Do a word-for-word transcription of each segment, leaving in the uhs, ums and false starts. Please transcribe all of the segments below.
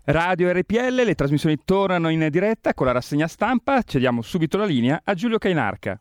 Radio R P L, le trasmissioni tornano in diretta con la rassegna stampa. Cediamo subito la linea a Giulio Cainarca.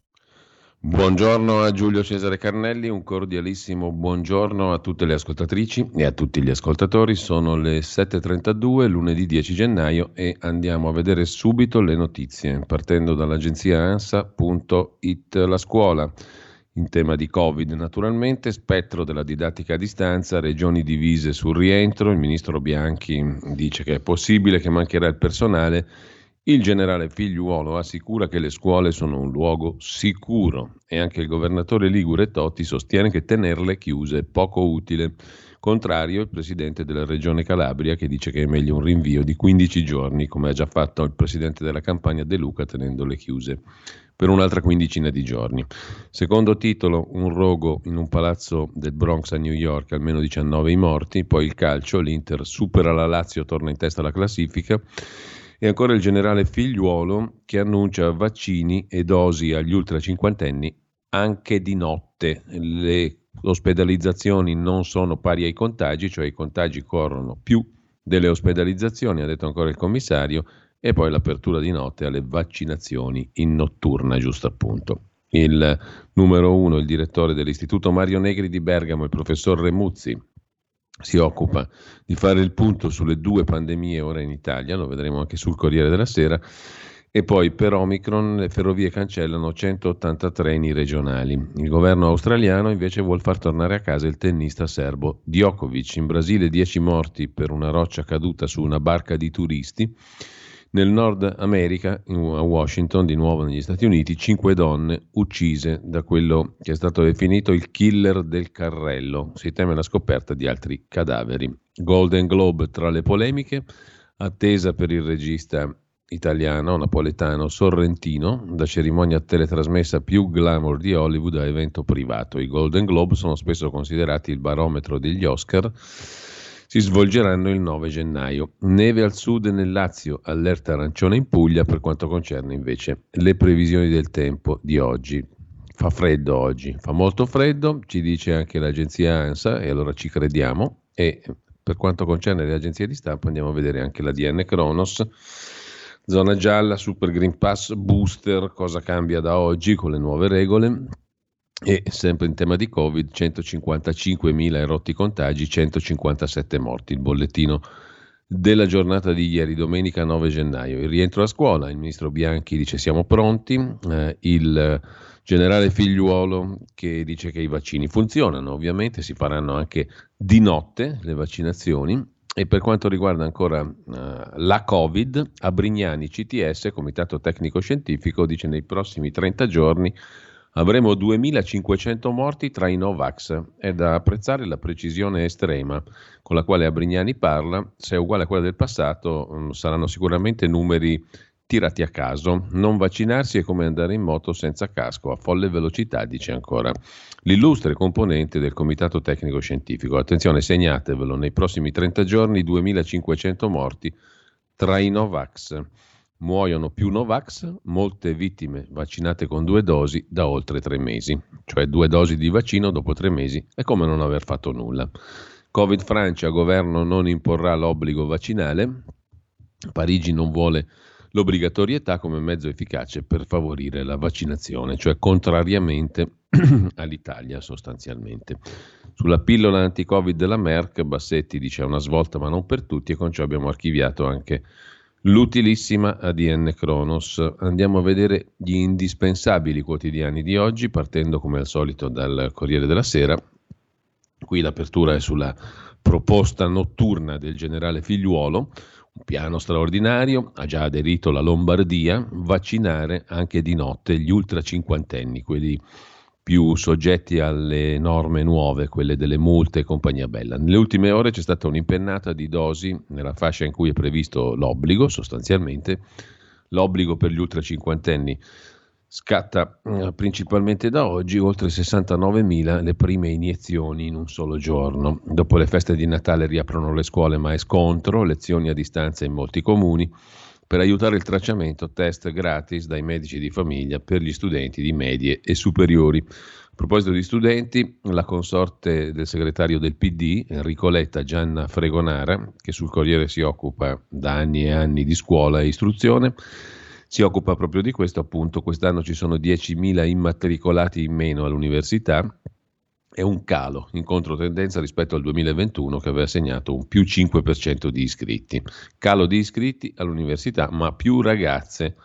Buongiorno a Giulio Cesare Carnelli, un cordialissimo buongiorno a tutte le ascoltatrici e a tutti gli ascoltatori. Sono le sette e trentadue, lunedì dieci gennaio, e andiamo a vedere subito le notizie, partendo dall'agenzia ANSA punto it. La scuola, in tema di Covid naturalmente, spettro della didattica a distanza, regioni divise sul rientro, il ministro Bianchi dice che è possibile che mancherà il personale. Il generale Figliuolo assicura che le scuole sono un luogo sicuro e anche il governatore ligure Totti sostiene che tenerle chiuse è poco utile. Contrario il presidente della regione Calabria, che dice che è meglio un rinvio di quindici giorni, come ha già fatto il presidente della Campania De Luca tenendole chiuse per un'altra quindicina di giorni. Secondo titolo, un rogo in un palazzo del Bronx a New York, almeno diciannove i morti. Poi il calcio, l'Inter supera la Lazio, torna in testa alla classifica. E ancora il generale Figliuolo che annuncia vaccini e dosi agli ultracinquantenni anche di notte. Le ospedalizzazioni non sono pari ai contagi, cioè i contagi corrono più delle ospedalizzazioni, ha detto ancora il commissario, e poi l'apertura di notte alle vaccinazioni in notturna, giusto appunto. Il numero uno, il direttore dell'Istituto Mario Negri di Bergamo, il professor Remuzzi, si occupa di fare il punto sulle due pandemie ora in Italia, lo vedremo anche sul Corriere della Sera. E poi per Omicron le ferrovie cancellano centottanta treni regionali. Il governo australiano invece vuol far tornare a casa il tennista serbo Djokovic. In Brasile dieci morti per una roccia caduta su una barca di turisti. Nel Nord America, a Washington, di nuovo negli Stati Uniti, cinque donne uccise da quello che è stato definito il killer del carrello. Si teme la scoperta di altri cadaveri. Golden Globe tra le polemiche, attesa per il regista italiano, napoletano, Sorrentino, da cerimonia teletrasmessa più glamour di Hollywood a evento privato. I Golden Globe sono spesso considerati il barometro degli Oscar. Si svolgeranno il nove gennaio. Neve al sud e nel Lazio, allerta arancione in Puglia per quanto concerne invece le previsioni del tempo di oggi. Fa freddo oggi, fa molto freddo, ci dice anche l'agenzia ANSA e allora ci crediamo. E per quanto concerne le agenzie di stampa andiamo a vedere anche la D N Kronos. Zona gialla, Super Green Pass, booster, cosa cambia da oggi con le nuove regole? E sempre in tema di Covid, centocinquantacinquemila erotti contagi, centocinquantasette morti. Il bollettino della giornata di ieri, domenica nove gennaio. Il rientro a scuola, il ministro Bianchi dice siamo pronti, eh, il generale Figliuolo che dice che i vaccini funzionano, ovviamente si faranno anche di notte le vaccinazioni. E per quanto riguarda ancora uh, la Covid, a Brignani C T S, Comitato Tecnico Scientifico, dice nei prossimi trenta giorni avremo duemilacinquecento morti tra i Novax. È da apprezzare la precisione estrema con la quale Abrignani parla. Se è uguale a quella del passato, um, saranno sicuramente numeri tirati a caso. Non vaccinarsi è come andare in moto senza casco, a folle velocità, dice ancora l'illustre componente del Comitato Tecnico Scientifico. Attenzione, segnatevelo, nei prossimi trenta giorni duemilacinquecento morti tra i Novax. Muoiono più Novax, molte vittime vaccinate con due dosi da oltre tre mesi, cioè due dosi di vaccino dopo tre mesi è come non aver fatto nulla. Covid Francia, governo non imporrà l'obbligo vaccinale. Parigi non vuole l'obbligatorietà come mezzo efficace per favorire la vaccinazione, cioè contrariamente all'Italia sostanzialmente. Sulla pillola anti-Covid della Merck, Bassetti dice una svolta ma non per tutti, e con ciò abbiamo archiviato anche l'utilissima A D N Kronos. Andiamo a vedere gli indispensabili quotidiani di oggi, partendo come al solito dal Corriere della Sera. Qui l'apertura è sulla proposta notturna del generale Figliuolo, un piano straordinario, ha già aderito la Lombardia, vaccinare anche di notte gli ultracinquantenni, quelli più soggetti alle norme nuove, quelle delle multe e compagnia bella. Nelle ultime ore c'è stata un'impennata di dosi nella fascia in cui è previsto l'obbligo, sostanzialmente. L'obbligo per gli ultracinquantenni scatta eh, principalmente da oggi, oltre sessantanovemila le prime iniezioni in un solo giorno. Dopo le feste di Natale riaprono le scuole, ma è scontro, lezioni a distanza in molti comuni. Per aiutare il tracciamento, test gratis dai medici di famiglia per gli studenti di medie e superiori. A proposito di studenti, la consorte del segretario del P D, Enrico Letta, Gianna Fregonara, che sul Corriere si occupa da anni e anni di scuola e istruzione, si occupa proprio di questo, appunto. Quest'anno ci sono diecimila immatricolati in meno all'università, è un calo in controtendenza rispetto al duemilaventuno che aveva segnato un più cinque per cento di iscritti. Calo di iscritti all'università, ma più ragazze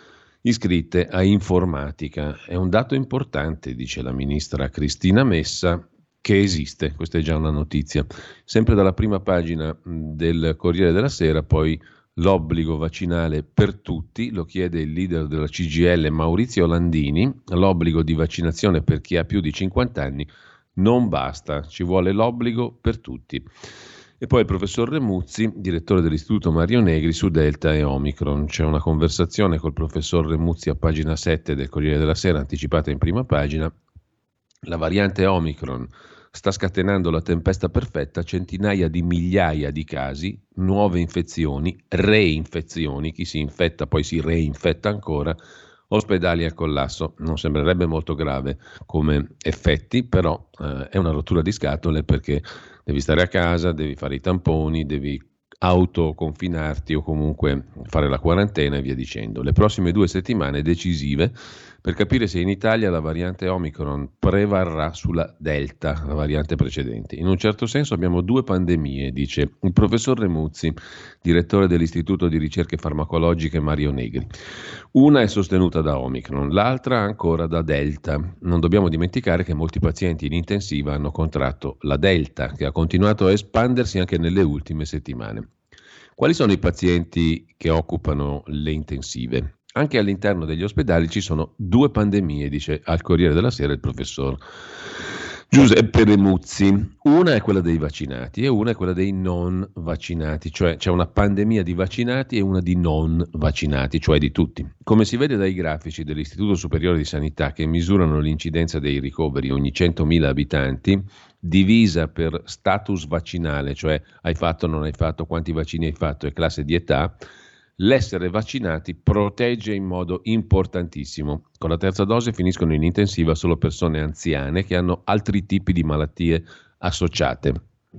iscritte a informatica. È un dato importante, dice la ministra Cristina Messa, che esiste, questa è già una notizia. Sempre dalla prima pagina del Corriere della Sera, poi l'obbligo vaccinale per tutti, lo chiede il leader della C G I L Maurizio Landini, l'obbligo di vaccinazione per chi ha più di cinquanta anni non basta, ci vuole l'obbligo per tutti. E poi il professor Remuzzi, direttore dell'Istituto Mario Negri, su Delta e Omicron. C'è una conversazione col professor Remuzzi a pagina sette del Corriere della Sera, anticipata in prima pagina. La variante Omicron sta scatenando la tempesta perfetta, centinaia di migliaia di casi, nuove infezioni, reinfezioni, chi si infetta poi si reinfetta ancora, ospedali al collasso. Non sembrerebbe molto grave come effetti, però eh, è una rottura di scatole, perché devi stare a casa, devi fare i tamponi, devi autoconfinarti o comunque fare la quarantena e via dicendo. Le prossime due settimane decisive per capire se in Italia la variante Omicron prevarrà sulla Delta, la variante precedente. In un certo senso abbiamo due pandemie, dice il professor Remuzzi, direttore dell'Istituto di Ricerche Farmacologiche Mario Negri. Una è sostenuta da Omicron, l'altra ancora da Delta. Non dobbiamo dimenticare che molti pazienti in intensiva hanno contratto la Delta, che ha continuato a espandersi anche nelle ultime settimane. Quali sono i pazienti che occupano le intensive? Anche all'interno degli ospedali ci sono due pandemie, dice al Corriere della Sera il professor Giuseppe Remuzzi. Una è quella dei vaccinati e una è quella dei non vaccinati, cioè c'è una pandemia di vaccinati e una di non vaccinati, cioè di tutti. Come si vede dai grafici dell'Istituto Superiore di Sanità, che misurano l'incidenza dei ricoveri ogni centomila abitanti, divisa per status vaccinale, cioè hai fatto, non hai fatto, quanti vaccini hai fatto e classe di età, l'essere vaccinati protegge in modo importantissimo. Con la terza dose finiscono in intensiva solo persone anziane che hanno altri tipi di malattie associate.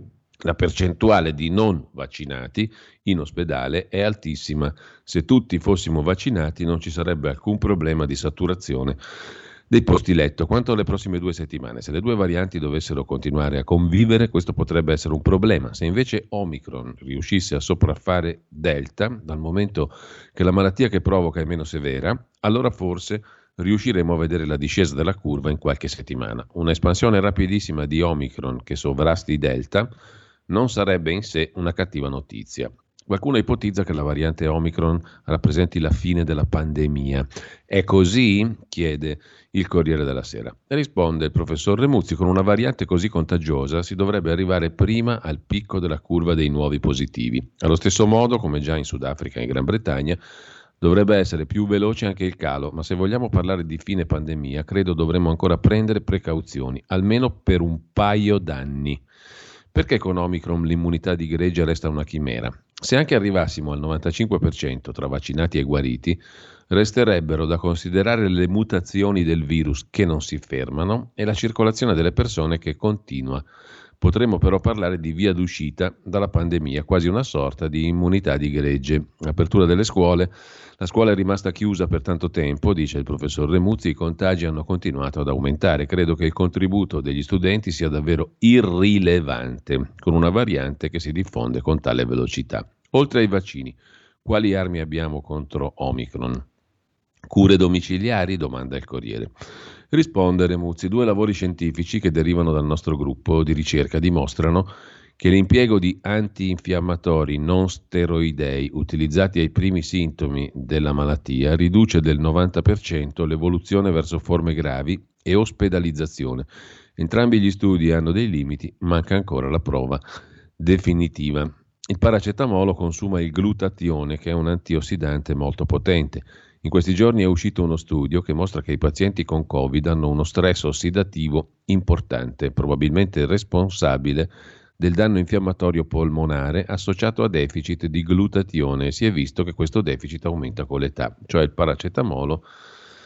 La percentuale di non vaccinati in ospedale è altissima. Se tutti fossimo vaccinati non ci sarebbe alcun problema di saturazione dei posti letto. Quanto alle prossime due settimane, se le due varianti dovessero continuare a convivere, questo potrebbe essere un problema. Se invece Omicron riuscisse a sopraffare Delta, dal momento che la malattia che provoca è meno severa, allora forse riusciremo a vedere la discesa della curva in qualche settimana. Una espansione rapidissima di Omicron che sovrasti Delta non sarebbe in sé una cattiva notizia. Qualcuno ipotizza che la variante Omicron rappresenti la fine della pandemia. È così? Chiede il Corriere della Sera. E risponde il professor Remuzzi: con una variante così contagiosa si dovrebbe arrivare prima al picco della curva dei nuovi positivi. Allo stesso modo, come già in Sudafrica e in Gran Bretagna, dovrebbe essere più veloce anche il calo, ma se vogliamo parlare di fine pandemia, credo dovremmo ancora prendere precauzioni, almeno per un paio d'anni. Perché con Omicron l'immunità di gregge resta una chimera? Se anche arrivassimo al novantacinque per cento tra vaccinati e guariti, resterebbero da considerare le mutazioni del virus che non si fermano e la circolazione delle persone che continua. Potremmo però parlare di via d'uscita dalla pandemia, quasi una sorta di immunità di gregge. Apertura delle scuole. La scuola è rimasta chiusa per tanto tempo, dice il professor Remuzzi, i contagi hanno continuato ad aumentare. Credo che il contributo degli studenti sia davvero irrilevante, con una variante che si diffonde con tale velocità. Oltre ai vaccini, quali armi abbiamo contro Omicron? Cure domiciliari? Domanda il Corriere. Risponde Remuzzi: due lavori scientifici che derivano dal nostro gruppo di ricerca dimostrano che l'impiego di antinfiammatori non steroidei utilizzati ai primi sintomi della malattia riduce del novanta per cento l'evoluzione verso forme gravi e ospedalizzazione. Entrambi gli studi hanno dei limiti, manca ancora la prova definitiva. Il paracetamolo consuma il glutatione, che è un antiossidante molto potente. In questi giorni è uscito uno studio che mostra che i pazienti con Covid hanno uno stress ossidativo importante, probabilmente responsabile del danno infiammatorio polmonare associato a deficit di glutatione. Si è visto che questo deficit aumenta con l'età, cioè il paracetamolo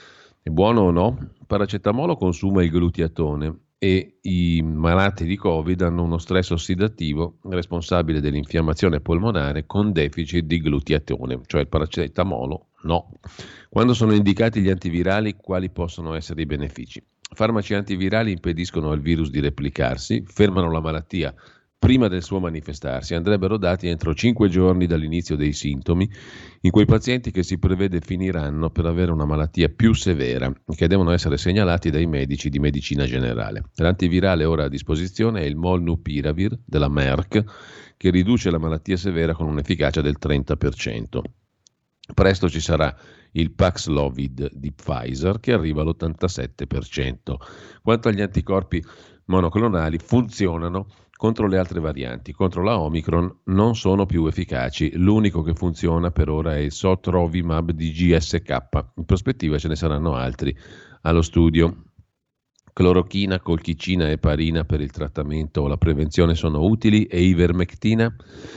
È buono o no? Paracetamolo consuma il glutiatone e i malati di Covid hanno uno stress ossidativo responsabile dell'infiammazione polmonare con deficit di glutiatone, cioè il paracetamolo no. Quando sono indicati gli antivirali, quali possono essere i benefici? Farmaci antivirali impediscono al virus di replicarsi, fermano la malattia prima del suo manifestarsi, andrebbero dati entro cinque giorni dall'inizio dei sintomi in quei pazienti che si prevede finiranno per avere una malattia più severa e che devono essere segnalati dai medici di medicina generale. L'antivirale ora a disposizione è il Molnupiravir della Merck, che riduce la malattia severa con un'efficacia del trenta per cento. Presto ci sarà il Paxlovid di Pfizer che arriva all'ottantasette per cento. Quanto agli anticorpi monoclonali, funzionano contro le altre varianti. Contro la Omicron non sono più efficaci. L'unico che funziona per ora è il Sotrovimab di G S K. In prospettiva ce ne saranno altri allo studio. Clorochina, colchicina e heparina per il trattamento o la prevenzione sono utili e ivermectina?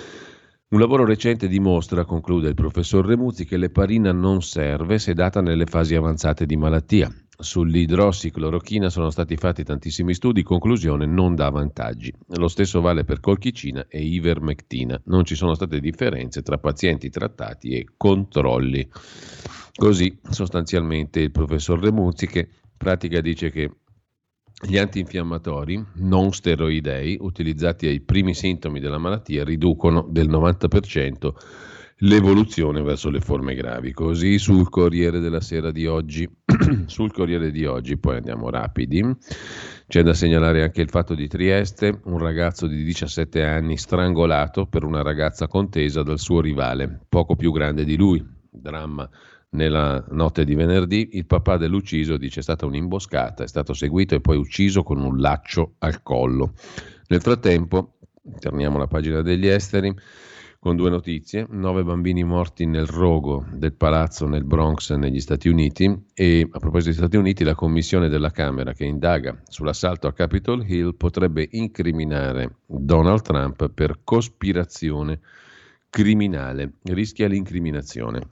Un lavoro recente dimostra, conclude il professor Remuzzi, che l'eparina non serve se data nelle fasi avanzate di malattia. Sull'idrossiclorochina sono stati fatti tantissimi studi, conclusione non dà vantaggi. Lo stesso vale per colchicina e ivermectina. Non ci sono state differenze tra pazienti trattati e controlli. Così sostanzialmente il professor Remuzzi, che in pratica dice che gli antinfiammatori non steroidei utilizzati ai primi sintomi della malattia riducono del novanta per cento l'evoluzione verso le forme gravi. Così sul Corriere della Sera di oggi. Sul Corriere di oggi, poi andiamo rapidi, c'è da segnalare anche il fatto di Trieste, un ragazzo di diciassette anni strangolato per una ragazza contesa dal suo rivale, poco più grande di lui. Dramma nella notte di venerdì, il papà dell'ucciso dice è stata un'imboscata, è stato seguito e poi ucciso con un laccio al collo. Nel frattempo, torniamo alla pagina degli esteri, con due notizie: nove bambini morti nel rogo del palazzo nel Bronx negli Stati Uniti. E a proposito degli Stati Uniti, la commissione della Camera che indaga sull'assalto a Capitol Hill potrebbe incriminare Donald Trump per cospirazione criminale, rischia l'incriminazione.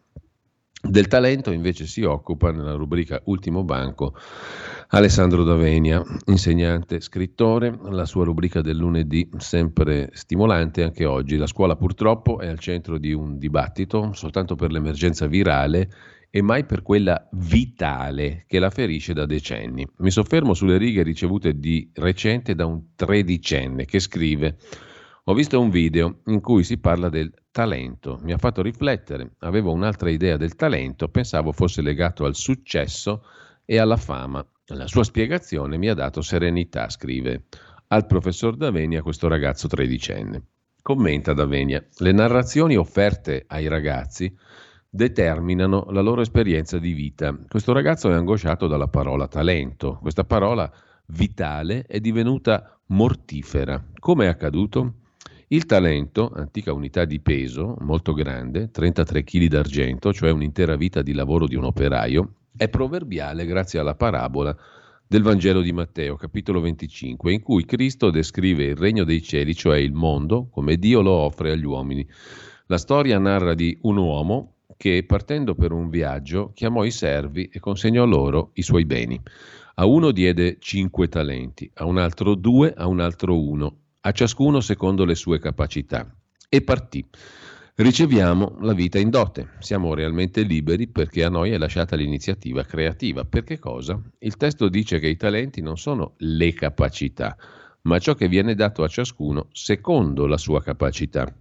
Del talento invece si occupa nella rubrica Ultimo Banco Alessandro D'Avenia, insegnante, scrittore, la sua rubrica del lunedì sempre stimolante anche oggi. La scuola purtroppo è al centro di un dibattito soltanto per l'emergenza virale e mai per quella vitale che la ferisce da decenni. Mi soffermo sulle righe ricevute di recente da un tredicenne che scrive: ho visto un video in cui si parla del talento, mi ha fatto riflettere, avevo un'altra idea del talento, pensavo fosse legato al successo e alla fama. La sua spiegazione mi ha dato serenità, scrive al professor D'Avenia questo ragazzo tredicenne. Commenta D'Avenia: le narrazioni offerte ai ragazzi determinano la loro esperienza di vita. Questo ragazzo è angosciato dalla parola talento, questa parola vitale è divenuta mortifera. Come è accaduto? Il talento, antica unità di peso molto grande, trentatré chili d'argento, cioè un'intera vita di lavoro di un operaio, è proverbiale grazie alla parabola del Vangelo di Matteo, capitolo venticinque, in cui Cristo descrive il regno dei cieli, cioè il mondo, come Dio lo offre agli uomini. La storia narra di un uomo che, partendo per un viaggio, chiamò i servi e consegnò loro i suoi beni. A uno diede cinque talenti, a un altro due, a un altro uno, a ciascuno secondo le sue capacità, e partì. Riceviamo la vita in dote, siamo realmente liberi perché a noi è lasciata l'iniziativa creativa. Per che cosa? Il testo dice che i talenti non sono le capacità, ma ciò che viene dato a ciascuno secondo la sua capacità.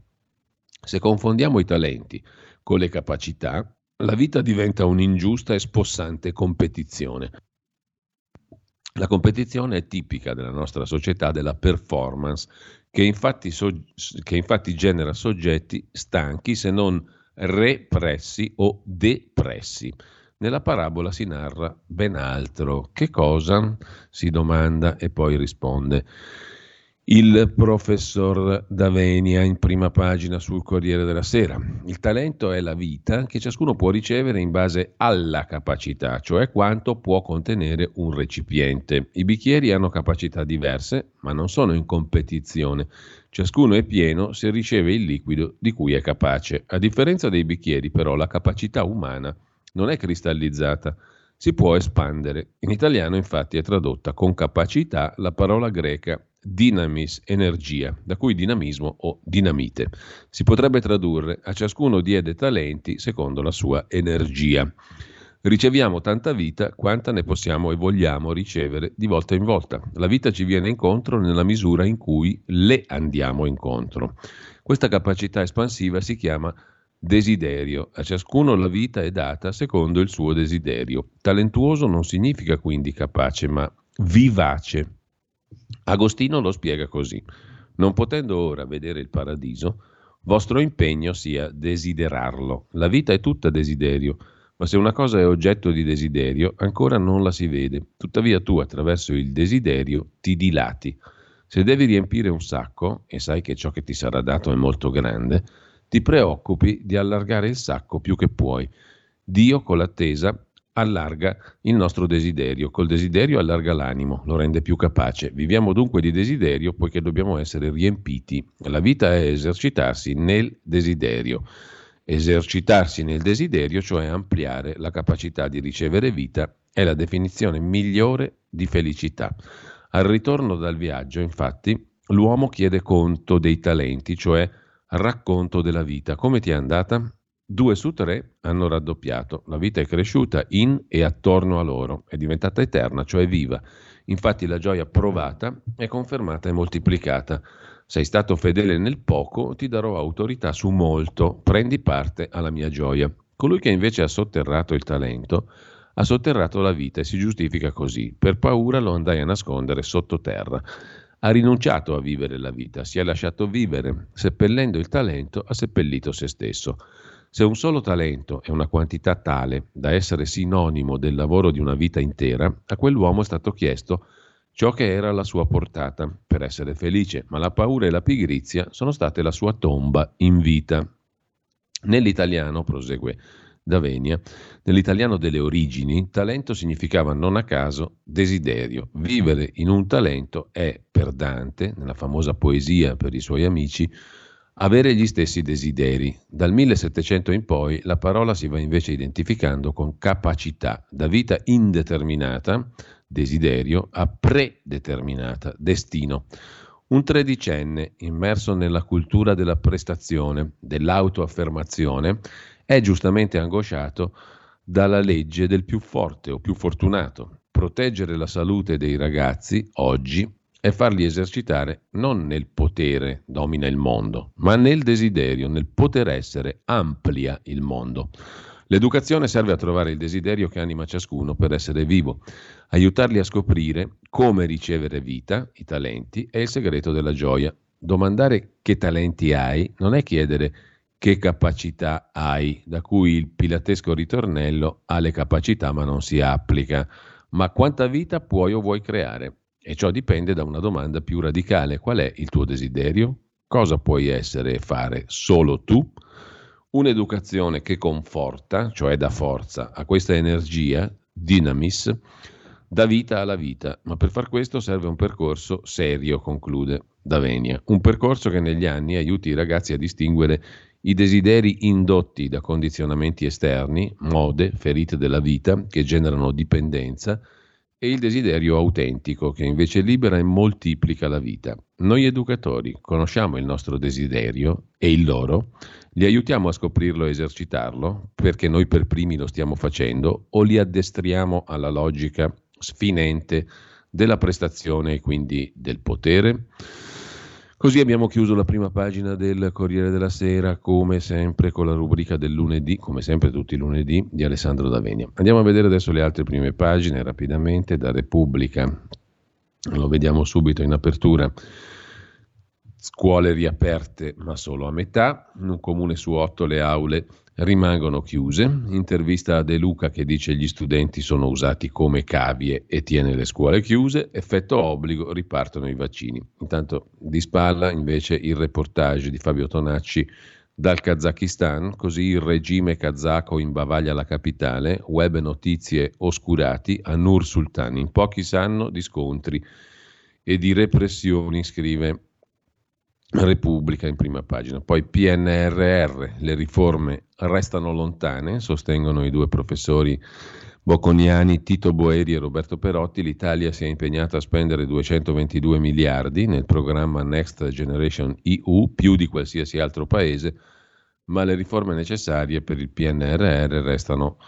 Se confondiamo i talenti con le capacità, la vita diventa un'ingiusta e spossante competizione. La competizione è tipica della nostra società della performance, che infatti, so- che infatti genera soggetti stanchi se non repressi o depressi. Nella parabola si narra ben altro. Che cosa? Si domanda e poi risponde il professor D'Avenia in prima pagina sul Corriere della Sera. Il talento è la vita che ciascuno può ricevere in base alla capacità, cioè quanto può contenere un recipiente. I bicchieri hanno capacità diverse, ma non sono in competizione. Ciascuno è pieno se riceve il liquido di cui è capace. A differenza dei bicchieri, però, la capacità umana non è cristallizzata. si può espandere. In italiano infatti è tradotta con capacità la parola greca dynamis, energia, da cui dinamismo o dinamite. Si potrebbe tradurre: a ciascuno diede talenti secondo la sua energia. Riceviamo tanta vita quanta ne possiamo e vogliamo ricevere di volta in volta. La vita ci viene incontro nella misura in cui le andiamo incontro. Questa capacità espansiva si chiama desiderio. A ciascuno la vita è data secondo il suo desiderio. Talentuoso non significa quindi capace, ma vivace. Agostino lo spiega così: non potendo ora vedere il paradiso, vostro impegno sia desiderarlo. La vita è tutta desiderio, ma se una cosa è oggetto di desiderio, ancora non la si vede. Tuttavia tu, attraverso il desiderio, ti dilati. Se devi riempire un sacco, e sai che ciò che ti sarà dato è molto grande, ti preoccupi di allargare il sacco più che puoi. Dio, con l'attesa, allarga il nostro desiderio. Col desiderio allarga l'animo, lo rende più capace. Viviamo dunque di desiderio, poiché dobbiamo essere riempiti. La vita è esercitarsi nel desiderio. Esercitarsi nel desiderio, cioè ampliare la capacità di ricevere vita, è la definizione migliore di felicità. Al ritorno dal viaggio, infatti, l'uomo chiede conto dei talenti, cioè racconto della vita. Come ti è andata? Due su tre hanno raddoppiato. La vita è cresciuta in e attorno a loro, è diventata eterna, cioè viva. Infatti la gioia provata è confermata e moltiplicata. Sei stato fedele nel poco, ti darò autorità su molto. Prendi parte alla mia gioia. Colui che invece ha sotterrato il talento ha sotterrato la vita e si giustifica così: per paura lo andai a nascondere sottoterra. Ha rinunciato a vivere la vita, si è lasciato vivere. Seppellendo il talento, ha seppellito se stesso. Se un solo talento è una quantità tale da essere sinonimo del lavoro di una vita intera, a quell'uomo è stato chiesto ciò che era alla sua portata per essere felice, ma la paura e la pigrizia sono state la sua tomba in vita. Nell'italiano, prosegue D'Avenia, nell'italiano delle origini, talento significava non a caso desiderio. Vivere in un talento è, per Dante, nella famosa poesia per i suoi amici, avere gli stessi desideri. Dal millesettecento in poi la parola si va invece identificando con capacità, da vita indeterminata, desiderio, a predeterminata, destino. Un tredicenne immerso nella cultura della prestazione, dell'autoaffermazione, è giustamente angosciato dalla legge del più forte o più fortunato. Proteggere la salute dei ragazzi oggi è farli esercitare non nel potere domina il mondo, ma nel desiderio, nel poter essere amplia il mondo. L'educazione serve a trovare il desiderio che anima ciascuno per essere vivo. Aiutarli a scoprire come ricevere vita, i talenti, è il segreto della gioia. Domandare che talenti hai non è chiedere che capacità hai, da cui il pilatesco ritornello ha le capacità ma non si applica, ma quanta vita puoi o vuoi creare. E ciò dipende da una domanda più radicale: qual è il tuo desiderio? Cosa puoi essere e fare solo tu? Un'educazione che conforta, cioè dà forza a questa energia, dynamis, dà vita alla vita, ma per far questo serve un percorso serio, conclude D'Avenia, un percorso che negli anni aiuti i ragazzi a distinguere i desideri indotti da condizionamenti esterni, mode, ferite della vita che generano dipendenza, e il desiderio autentico che invece libera e moltiplica la vita. Noi educatori conosciamo il nostro desiderio e il loro, li aiutiamo a scoprirlo e esercitarlo perché noi per primi lo stiamo facendo, o li addestriamo alla logica sfinente della prestazione e quindi del potere? Così abbiamo chiuso la prima pagina del Corriere della Sera, come sempre con la rubrica del lunedì, come sempre tutti i lunedì, di Alessandro D'Avenia. Andiamo a vedere adesso le altre prime pagine rapidamente. Da Repubblica, lo vediamo subito in apertura: scuole riaperte ma solo a metà, in un comune su otto le aule rimangono chiuse. Intervista a De Luca che dice gli studenti sono usati come cavie e tiene le scuole chiuse. Effetto obbligo, ripartono i vaccini. Intanto di spalla invece il reportage di Fabio Tonacci dal Kazakistan, così il regime kazako imbavaglia la capitale, web notizie oscurati a Nur Sultan. In pochi sanno di scontri e di repressioni, scrive Repubblica in prima pagina. Poi P N R R, le riforme restano lontane, sostengono i due professori Bocconiani, Tito Boeri e Roberto Perotti, l'Italia si è impegnata a spendere duecentoventidue miliardi nel programma Next Generation E U, più di qualsiasi altro paese, ma le riforme necessarie per il P N R R restano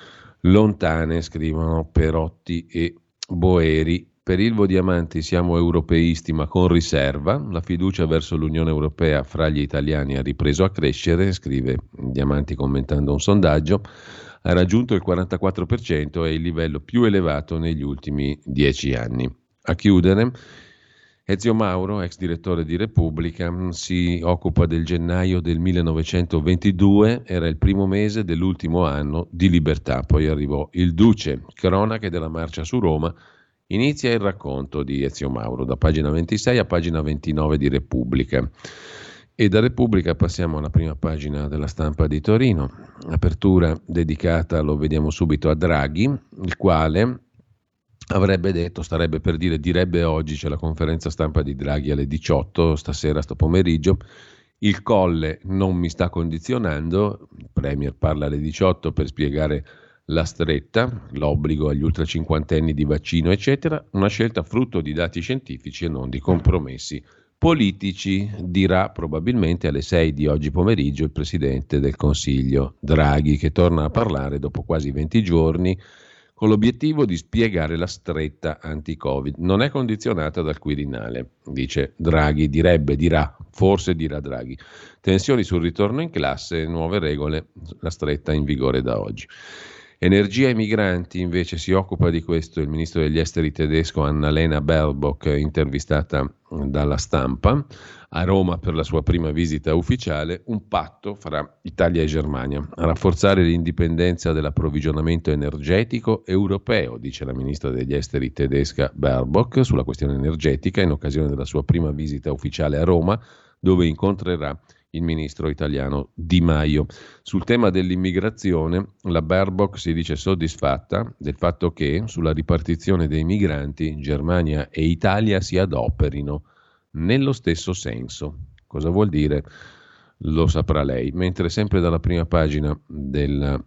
lontane, scrivono Perotti e Boeri. Per Ilvo Diamanti siamo europeisti ma con riserva, la fiducia verso l'Unione Europea fra gli italiani ha ripreso a crescere, scrive Diamanti commentando un sondaggio, ha raggiunto il quarantaquattro per cento, è il livello più elevato negli ultimi dieci anni. A chiudere, Ezio Mauro, ex direttore di Repubblica, si occupa del gennaio del millenovecentoventidue, era il primo mese dell'ultimo anno di libertà, poi arrivò il Duce, cronache della marcia su Roma, inizia il racconto di Ezio Mauro, da pagina ventisei a pagina ventinove di Repubblica. E da Repubblica passiamo alla prima pagina della Stampa di Torino, apertura dedicata, lo vediamo subito, a Draghi, il quale avrebbe detto, starebbe per dire, direbbe oggi, c'è la conferenza stampa di Draghi alle diciotto, stasera, sto pomeriggio, il Colle non mi sta condizionando, il Premier parla alle diciotto per spiegare la stretta, l'obbligo agli ultracinquantenni di vaccino, eccetera, una scelta frutto di dati scientifici e non di compromessi politici, dirà probabilmente alle sei di oggi pomeriggio il Presidente del Consiglio Draghi, che torna a parlare dopo quasi venti giorni con l'obiettivo di spiegare la stretta anti-Covid. Non è condizionata dal Quirinale, dice Draghi, direbbe, dirà, forse dirà Draghi. Tensioni sul ritorno in classe, nuove regole, la stretta in vigore da oggi. Energia e migranti, invece, si occupa di questo il ministro degli esteri tedesco Annalena Baerbock, intervistata dalla Stampa a Roma per la sua prima visita ufficiale, un patto fra Italia e Germania a rafforzare l'indipendenza dell'approvvigionamento energetico europeo, dice la ministra degli esteri tedesca Baerbock sulla questione energetica in occasione della sua prima visita ufficiale a Roma, dove incontrerà il ministro italiano Di Maio. Sul tema dell'immigrazione, la Baerbock si dice soddisfatta del fatto che sulla ripartizione dei migranti Germania e Italia si adoperino nello stesso senso. Cosa vuol dire? Lo saprà lei. Mentre sempre dalla prima pagina della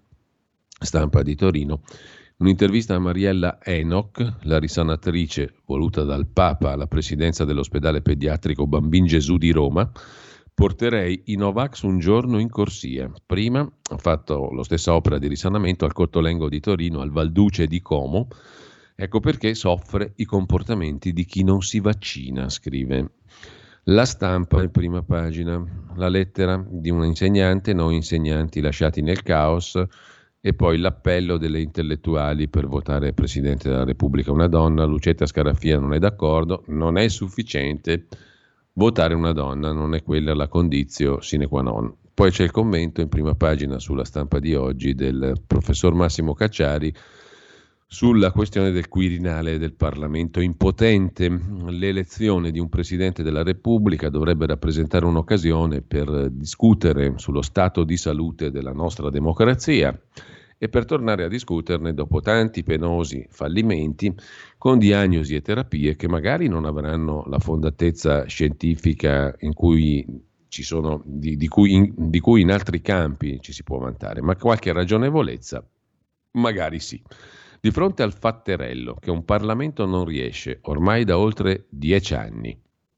Stampa di Torino, un'intervista a Mariella Enoch, la risanatrice voluta dal Papa alla presidenza dell'ospedale pediatrico Bambin Gesù di Roma. Porterei i Novax un giorno in corsia. Prima ha fatto la stessa opera di risanamento al Cottolengo di Torino, al Valduce di Como. Ecco perché soffre i comportamenti di chi non si vaccina, scrive La Stampa in prima pagina. La lettera di un insegnante, noi insegnanti lasciati nel caos, e poi l'appello delle intellettuali per votare Presidente della Repubblica una donna. Lucetta Scarafia non è d'accordo, non è sufficiente votare una donna, non è quella la condizio sine qua non. Poi c'è il commento in prima pagina sulla Stampa di oggi del professor Massimo Cacciari sulla questione del Quirinale del Parlamento impotente. L'elezione di un Presidente della Repubblica dovrebbe rappresentare un'occasione per discutere sullo stato di salute della nostra democrazia e per tornare a discuterne dopo tanti penosi fallimenti con diagnosi e terapie che magari non avranno la fondatezza scientifica in cui ci sono, di, di, cui in, di cui in altri campi ci si può vantare, ma qualche ragionevolezza magari sì. Di fronte al fatterello che un Parlamento non riesce, ormai da oltre dieci anni,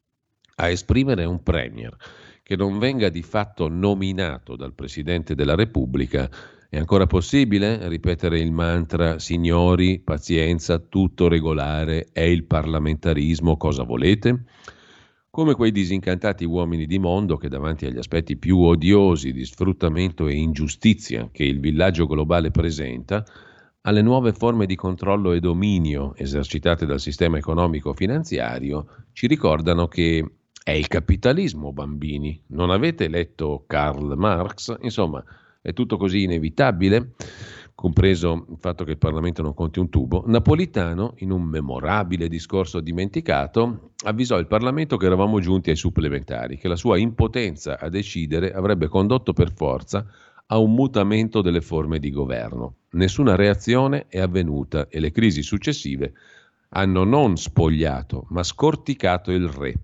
a esprimere un Premier che non venga di fatto nominato dal Presidente della Repubblica, è ancora possibile ripetere il mantra signori, pazienza, tutto regolare, è il parlamentarismo, cosa volete? Come quei disincantati uomini di mondo che davanti agli aspetti più odiosi di sfruttamento e ingiustizia che il villaggio globale presenta, alle nuove forme di controllo e dominio esercitate dal sistema economico-finanziario, ci ricordano che è il capitalismo, bambini. Non avete letto Karl Marx? Insomma, è tutto così inevitabile, compreso il fatto che il Parlamento non conti un tubo. Napolitano, in un memorabile discorso dimenticato, avvisò il Parlamento che eravamo giunti ai supplementari, che la sua impotenza a decidere avrebbe condotto per forza a un mutamento delle forme di governo. Nessuna reazione è avvenuta e le crisi successive hanno non spogliato, ma scorticato il re.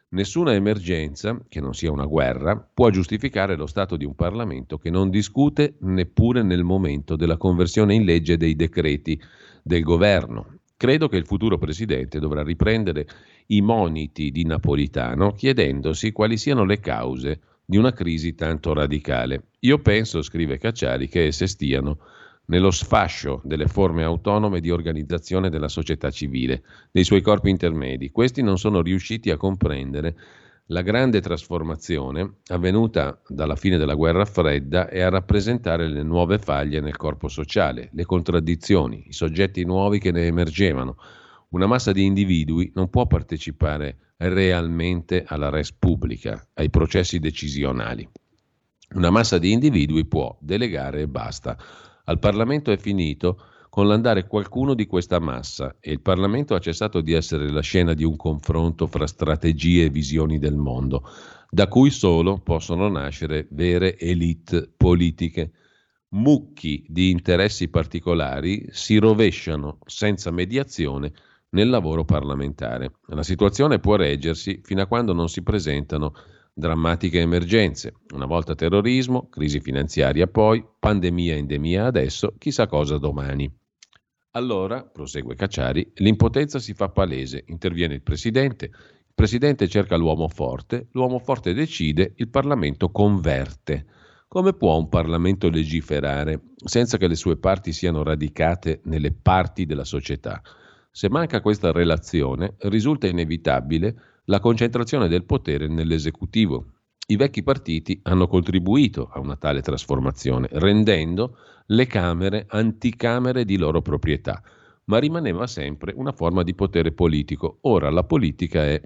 Nessuna emergenza, che non sia una guerra, può giustificare lo stato di un Parlamento che non discute neppure nel momento della conversione in legge dei decreti del governo. Credo che il futuro Presidente dovrà riprendere i moniti di Napolitano chiedendosi quali siano le cause di una crisi tanto radicale. Io penso, scrive Cacciari, che esse stiano nello sfascio delle forme autonome di organizzazione della società civile, dei suoi corpi intermedi. Questi non sono riusciti a comprendere la grande trasformazione avvenuta dalla fine della guerra fredda e a rappresentare le nuove faglie nel corpo sociale, le contraddizioni, i soggetti nuovi che ne emergevano. Una massa di individui non può partecipare realmente alla res publica, ai processi decisionali. Una massa di individui può delegare e basta. Al Parlamento è finito con l'andare qualcuno di questa massa e il Parlamento ha cessato di essere la scena di un confronto fra strategie e visioni del mondo, da cui solo possono nascere vere élite politiche. Mucchi di interessi particolari si rovesciano senza mediazione nel lavoro parlamentare. La situazione può reggersi fino a quando non si presentano drammatiche emergenze, una volta terrorismo, crisi finanziaria poi, pandemia e endemia adesso, chissà cosa domani. Allora, prosegue Cacciari, l'impotenza si fa palese, interviene il Presidente, il Presidente cerca l'uomo forte, l'uomo forte decide, il Parlamento converte. Come può un Parlamento legiferare senza che le sue parti siano radicate nelle parti della società? Se manca questa relazione, risulta inevitabile la concentrazione del potere nell'esecutivo. I vecchi partiti hanno contribuito a una tale trasformazione, rendendo le Camere anticamere di loro proprietà, ma rimaneva sempre una forma di potere politico. Ora la politica è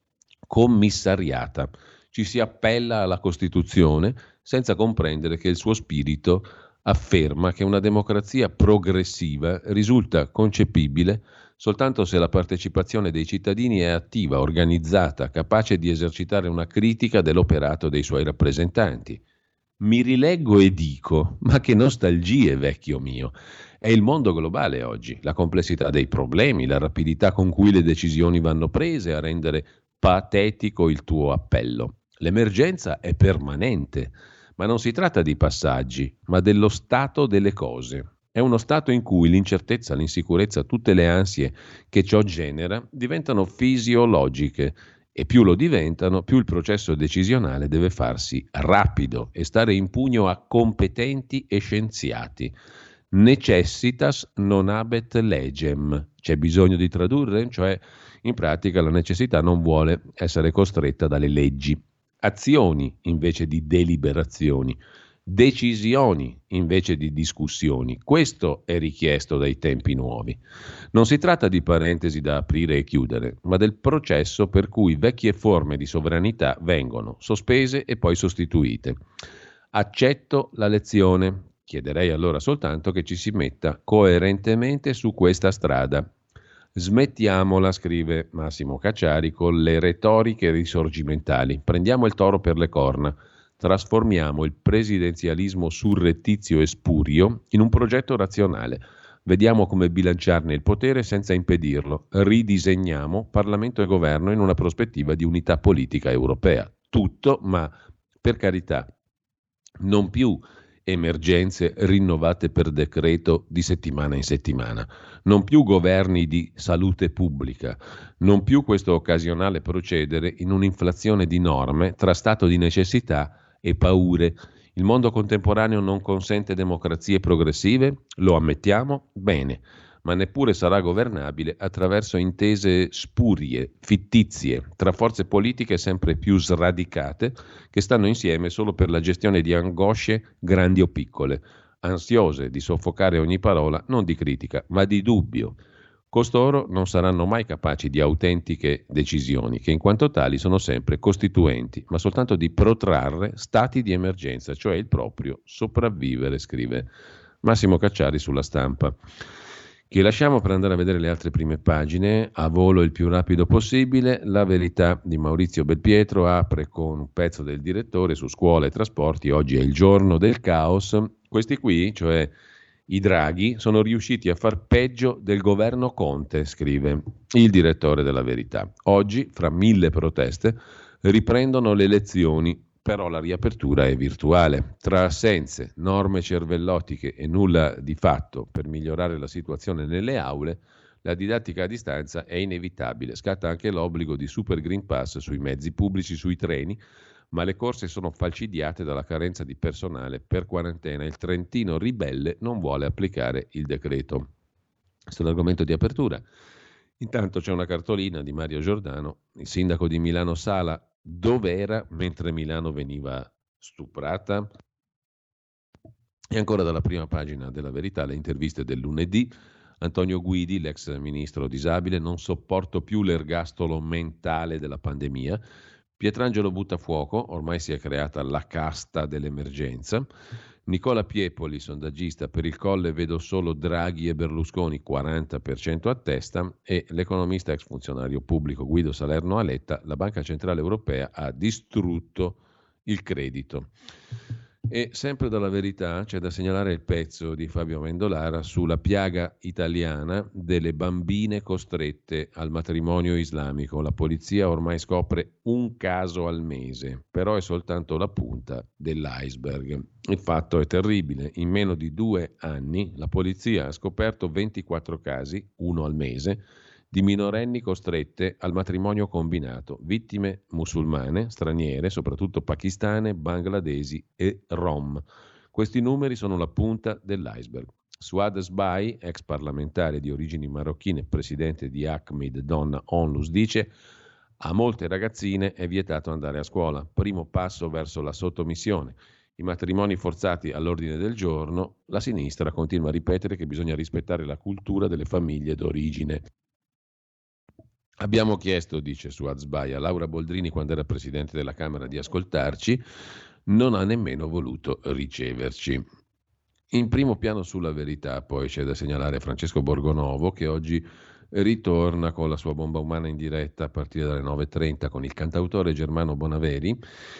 commissariata, ci si appella alla Costituzione senza comprendere che il suo spirito afferma che una democrazia progressiva risulta concepibile soltanto se la partecipazione dei cittadini è attiva, organizzata, capace di esercitare una critica dell'operato dei suoi rappresentanti. Mi rileggo e dico, ma che nostalgie, vecchio mio! È il mondo globale oggi, la complessità dei problemi, la rapidità con cui le decisioni vanno prese a rendere patetico il tuo appello. L'emergenza è permanente, ma non si tratta di passaggi, ma dello stato delle cose. È uno stato in cui l'incertezza, l'insicurezza, tutte le ansie che ciò genera diventano fisiologiche e più lo diventano, più il processo decisionale deve farsi rapido e stare in pugno a competenti e scienziati. Necessitas non habet legem. C'è bisogno di tradurre? Cioè, in pratica, la necessità non vuole essere costretta dalle leggi. Azioni invece di deliberazioni. Decisioni invece di discussioni. Questo è richiesto dai tempi nuovi. Non si tratta di parentesi da aprire e chiudere, ma del processo per cui vecchie forme di sovranità vengono sospese e poi sostituite. Accetto la lezione. Chiederei allora soltanto che ci si metta coerentemente su questa strada. Smettiamola, scrive Massimo Cacciari, con le retoriche risorgimentali. Prendiamo il toro per le corna. Trasformiamo il presidenzialismo surrettizio e spurio in un progetto razionale. Vediamo come bilanciarne il potere senza impedirlo. Ridisegniamo Parlamento e Governo in una prospettiva di unità politica europea. Tutto, ma per carità, non più emergenze rinnovate per decreto di settimana in settimana, non più governi di salute pubblica, non più questo occasionale procedere in un'inflazione di norme tra stato di necessità e paure. Il mondo contemporaneo non consente democrazie progressive? Lo ammettiamo? Bene, ma neppure sarà governabile attraverso intese spurie, fittizie, tra forze politiche sempre più sradicate che stanno insieme solo per la gestione di angosce grandi o piccole, ansiose di soffocare ogni parola, non di critica, ma di dubbio. Costoro non saranno mai capaci di autentiche decisioni, che in quanto tali sono sempre costituenti, ma soltanto di protrarre stati di emergenza, cioè il proprio sopravvivere, scrive Massimo Cacciari sulla Stampa, che lasciamo per andare a vedere le altre prime pagine a volo il più rapido possibile. La Verità di Maurizio Belpietro apre con un pezzo del direttore su scuola e trasporti. Oggi è il giorno del caos. Questi qui, cioè I Draghi sono riusciti a far peggio del governo Conte, scrive il direttore della Verità. Oggi, fra mille proteste, riprendono le lezioni, però la riapertura è virtuale. Tra assenze, norme cervellotiche e nulla di fatto per migliorare la situazione nelle aule, la didattica a distanza è inevitabile. Scatta anche l'obbligo di Super Green Pass sui mezzi pubblici, sui treni, ma le corse sono falcidiate dalla carenza di personale per quarantena. Il Trentino ribelle non vuole applicare il decreto. Questo è l'argomento di apertura. Intanto c'è una cartolina di Mario Giordano, il sindaco di Milano Sala, dov'era mentre Milano veniva stuprata? E ancora dalla prima pagina della Verità le interviste del lunedì. Antonio Guidi, l'ex ministro disabile, non sopporto più l'ergastolo mentale della pandemia. Pietrangelo Buttafuoco, ormai si è creata la casta dell'emergenza. Nicola Piepoli, sondaggista, per il Colle vedo solo Draghi e Berlusconi, quaranta per cento a testa, e l'economista ex funzionario pubblico Guido Salerno a Letta, la Banca Centrale Europea ha distrutto il credito. E sempre dalla Verità c'è da segnalare il pezzo di Fabio Amendolara sulla piaga italiana delle bambine costrette al matrimonio islamico. La polizia ormai scopre un caso al mese, però è soltanto la punta dell'iceberg. Il fatto è terribile. In meno di due anni la polizia ha scoperto ventiquattro casi, uno al mese, di minorenni costrette al matrimonio combinato, vittime musulmane, straniere, soprattutto pakistane, bangladesi e rom. Questi numeri sono la punta dell'iceberg. Suad Sbai, ex parlamentare di origini marocchine, presidente di Ahmed Donna Onlus, dice: a molte ragazzine è vietato andare a scuola, primo passo verso la sottomissione. I matrimoni forzati all'ordine del giorno, la sinistra continua a ripetere che bisogna rispettare la cultura delle famiglie d'origine. Abbiamo chiesto, dice Suad Sbai, a Laura Boldrini quando era presidente della Camera di ascoltarci, non ha nemmeno voluto riceverci. In primo piano sulla Verità poi c'è da segnalare Francesco Borgonovo che oggi ritorna con la sua bomba umana in diretta a partire dalle nove e trenta con il cantautore Germano Bonaveri.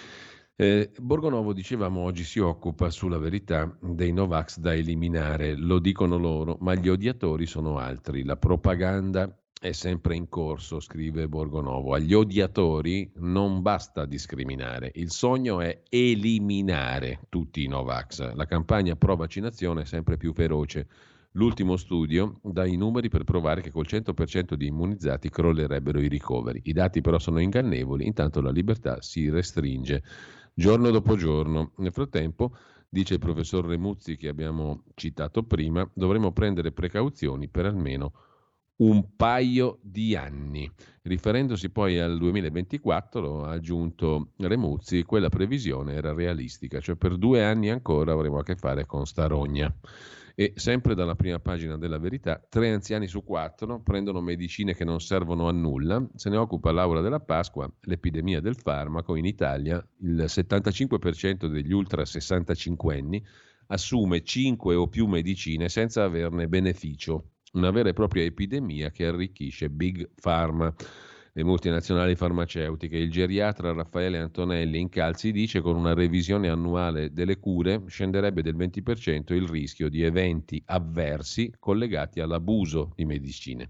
Eh, Borgonovo, dicevamo, oggi si occupa sulla Verità dei Novax da eliminare, lo dicono loro, ma gli odiatori sono altri, la propaganda è sempre in corso, scrive Borgonovo. Agli odiatori non basta discriminare, il sogno è eliminare tutti i Novax. La campagna pro vaccinazione è sempre più feroce. L'ultimo studio dà i numeri per provare che col cento per cento di immunizzati crollerebbero i ricoveri. I dati però sono ingannevoli, intanto la libertà si restringe giorno dopo giorno. Nel frattempo, dice il professor Remuzzi che abbiamo citato prima, dovremo prendere precauzioni per almeno un paio di anni. Riferendosi poi al duemilaventiquattro, ha aggiunto Remuzzi, quella previsione era realistica, cioè per due anni ancora avremo a che fare con sta rogna. E sempre dalla prima pagina della Verità, tre anziani su quattro prendono medicine che non servono a nulla. Se ne occupa Laura Della Pasqua, l'epidemia del farmaco in Italia, il settantacinque per cento degli ultra sessantacinquenni assume cinque o più medicine senza averne beneficio. Una vera e propria epidemia che arricchisce Big Pharma, le multinazionali farmaceutiche. Il geriatra Raffaele Antonelli Incalzi dice che con una revisione annuale delle cure scenderebbe del venti per cento il rischio di eventi avversi collegati all'abuso di medicine.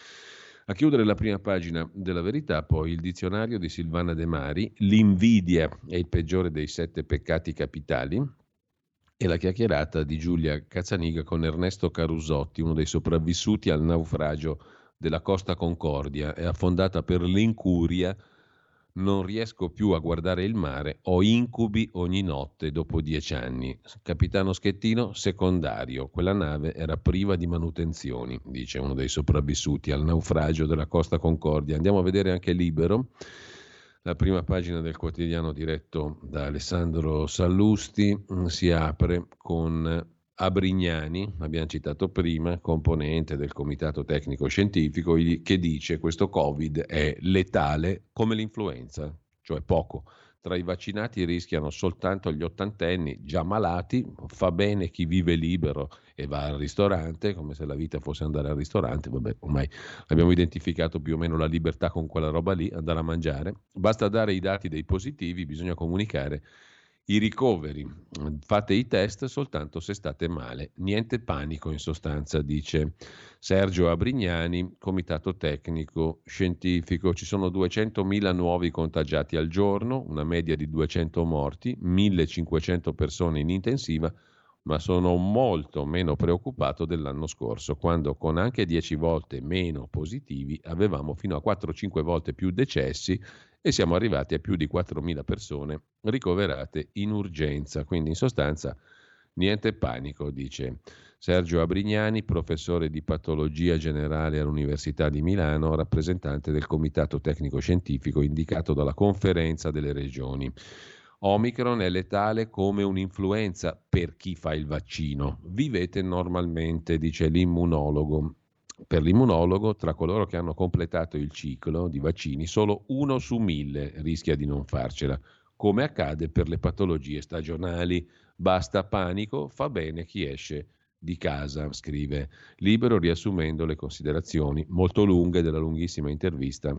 A chiudere la prima pagina della Verità, poi il dizionario di Silvana De Mari, l'invidia è il peggiore dei sette peccati capitali, e la chiacchierata di Giulia Cazzaniga con Ernesto Carusotti, uno dei sopravvissuti al naufragio della Costa Concordia. È affondata per l'incuria, non riesco più a guardare il mare, ho incubi ogni notte dopo dieci anni. Capitano Schettino, secondario, quella nave era priva di manutenzioni, dice uno dei sopravvissuti al naufragio della Costa Concordia. Andiamo a vedere anche Libero. La prima pagina del quotidiano diretto da Alessandro Sallusti si apre con Abrignani, abbiamo citato prima, componente del Comitato Tecnico Scientifico, che dice che questo Covid è letale come l'influenza, cioè poco. Tra i vaccinati rischiano soltanto gli ottantenni già malati, fa bene chi vive libero e va al ristorante, come se la vita fosse andare al ristorante, vabbè, ormai abbiamo identificato più o meno la libertà con quella roba lì, andare a mangiare. Basta dare i dati dei positivi, bisogna comunicare I ricoveri, fate i test soltanto se state male, niente panico in sostanza, dice Sergio Abrignani, comitato tecnico scientifico. Ci sono duecentomila nuovi contagiati al giorno, una media di duecento morti, millecinquecento persone in intensiva, ma sono molto meno preoccupato dell'anno scorso, quando con anche dieci volte meno positivi avevamo fino a quattro cinque volte più decessi e siamo arrivati a più di quattromila persone ricoverate in urgenza. Quindi in sostanza niente panico, dice Sergio Abrignani, professore di patologia generale all'Università di Milano, rappresentante del comitato tecnico scientifico indicato dalla Conferenza delle Regioni. Omicron è letale come un'influenza per chi fa il vaccino. Vivete normalmente, dice l'immunologo. Per l'immunologo, tra coloro che hanno completato il ciclo di vaccini, solo uno su mille rischia di non farcela, come accade per le patologie stagionali. Basta panico, fa bene chi esce di casa, scrive Libero, riassumendo le considerazioni molto lunghe della lunghissima intervista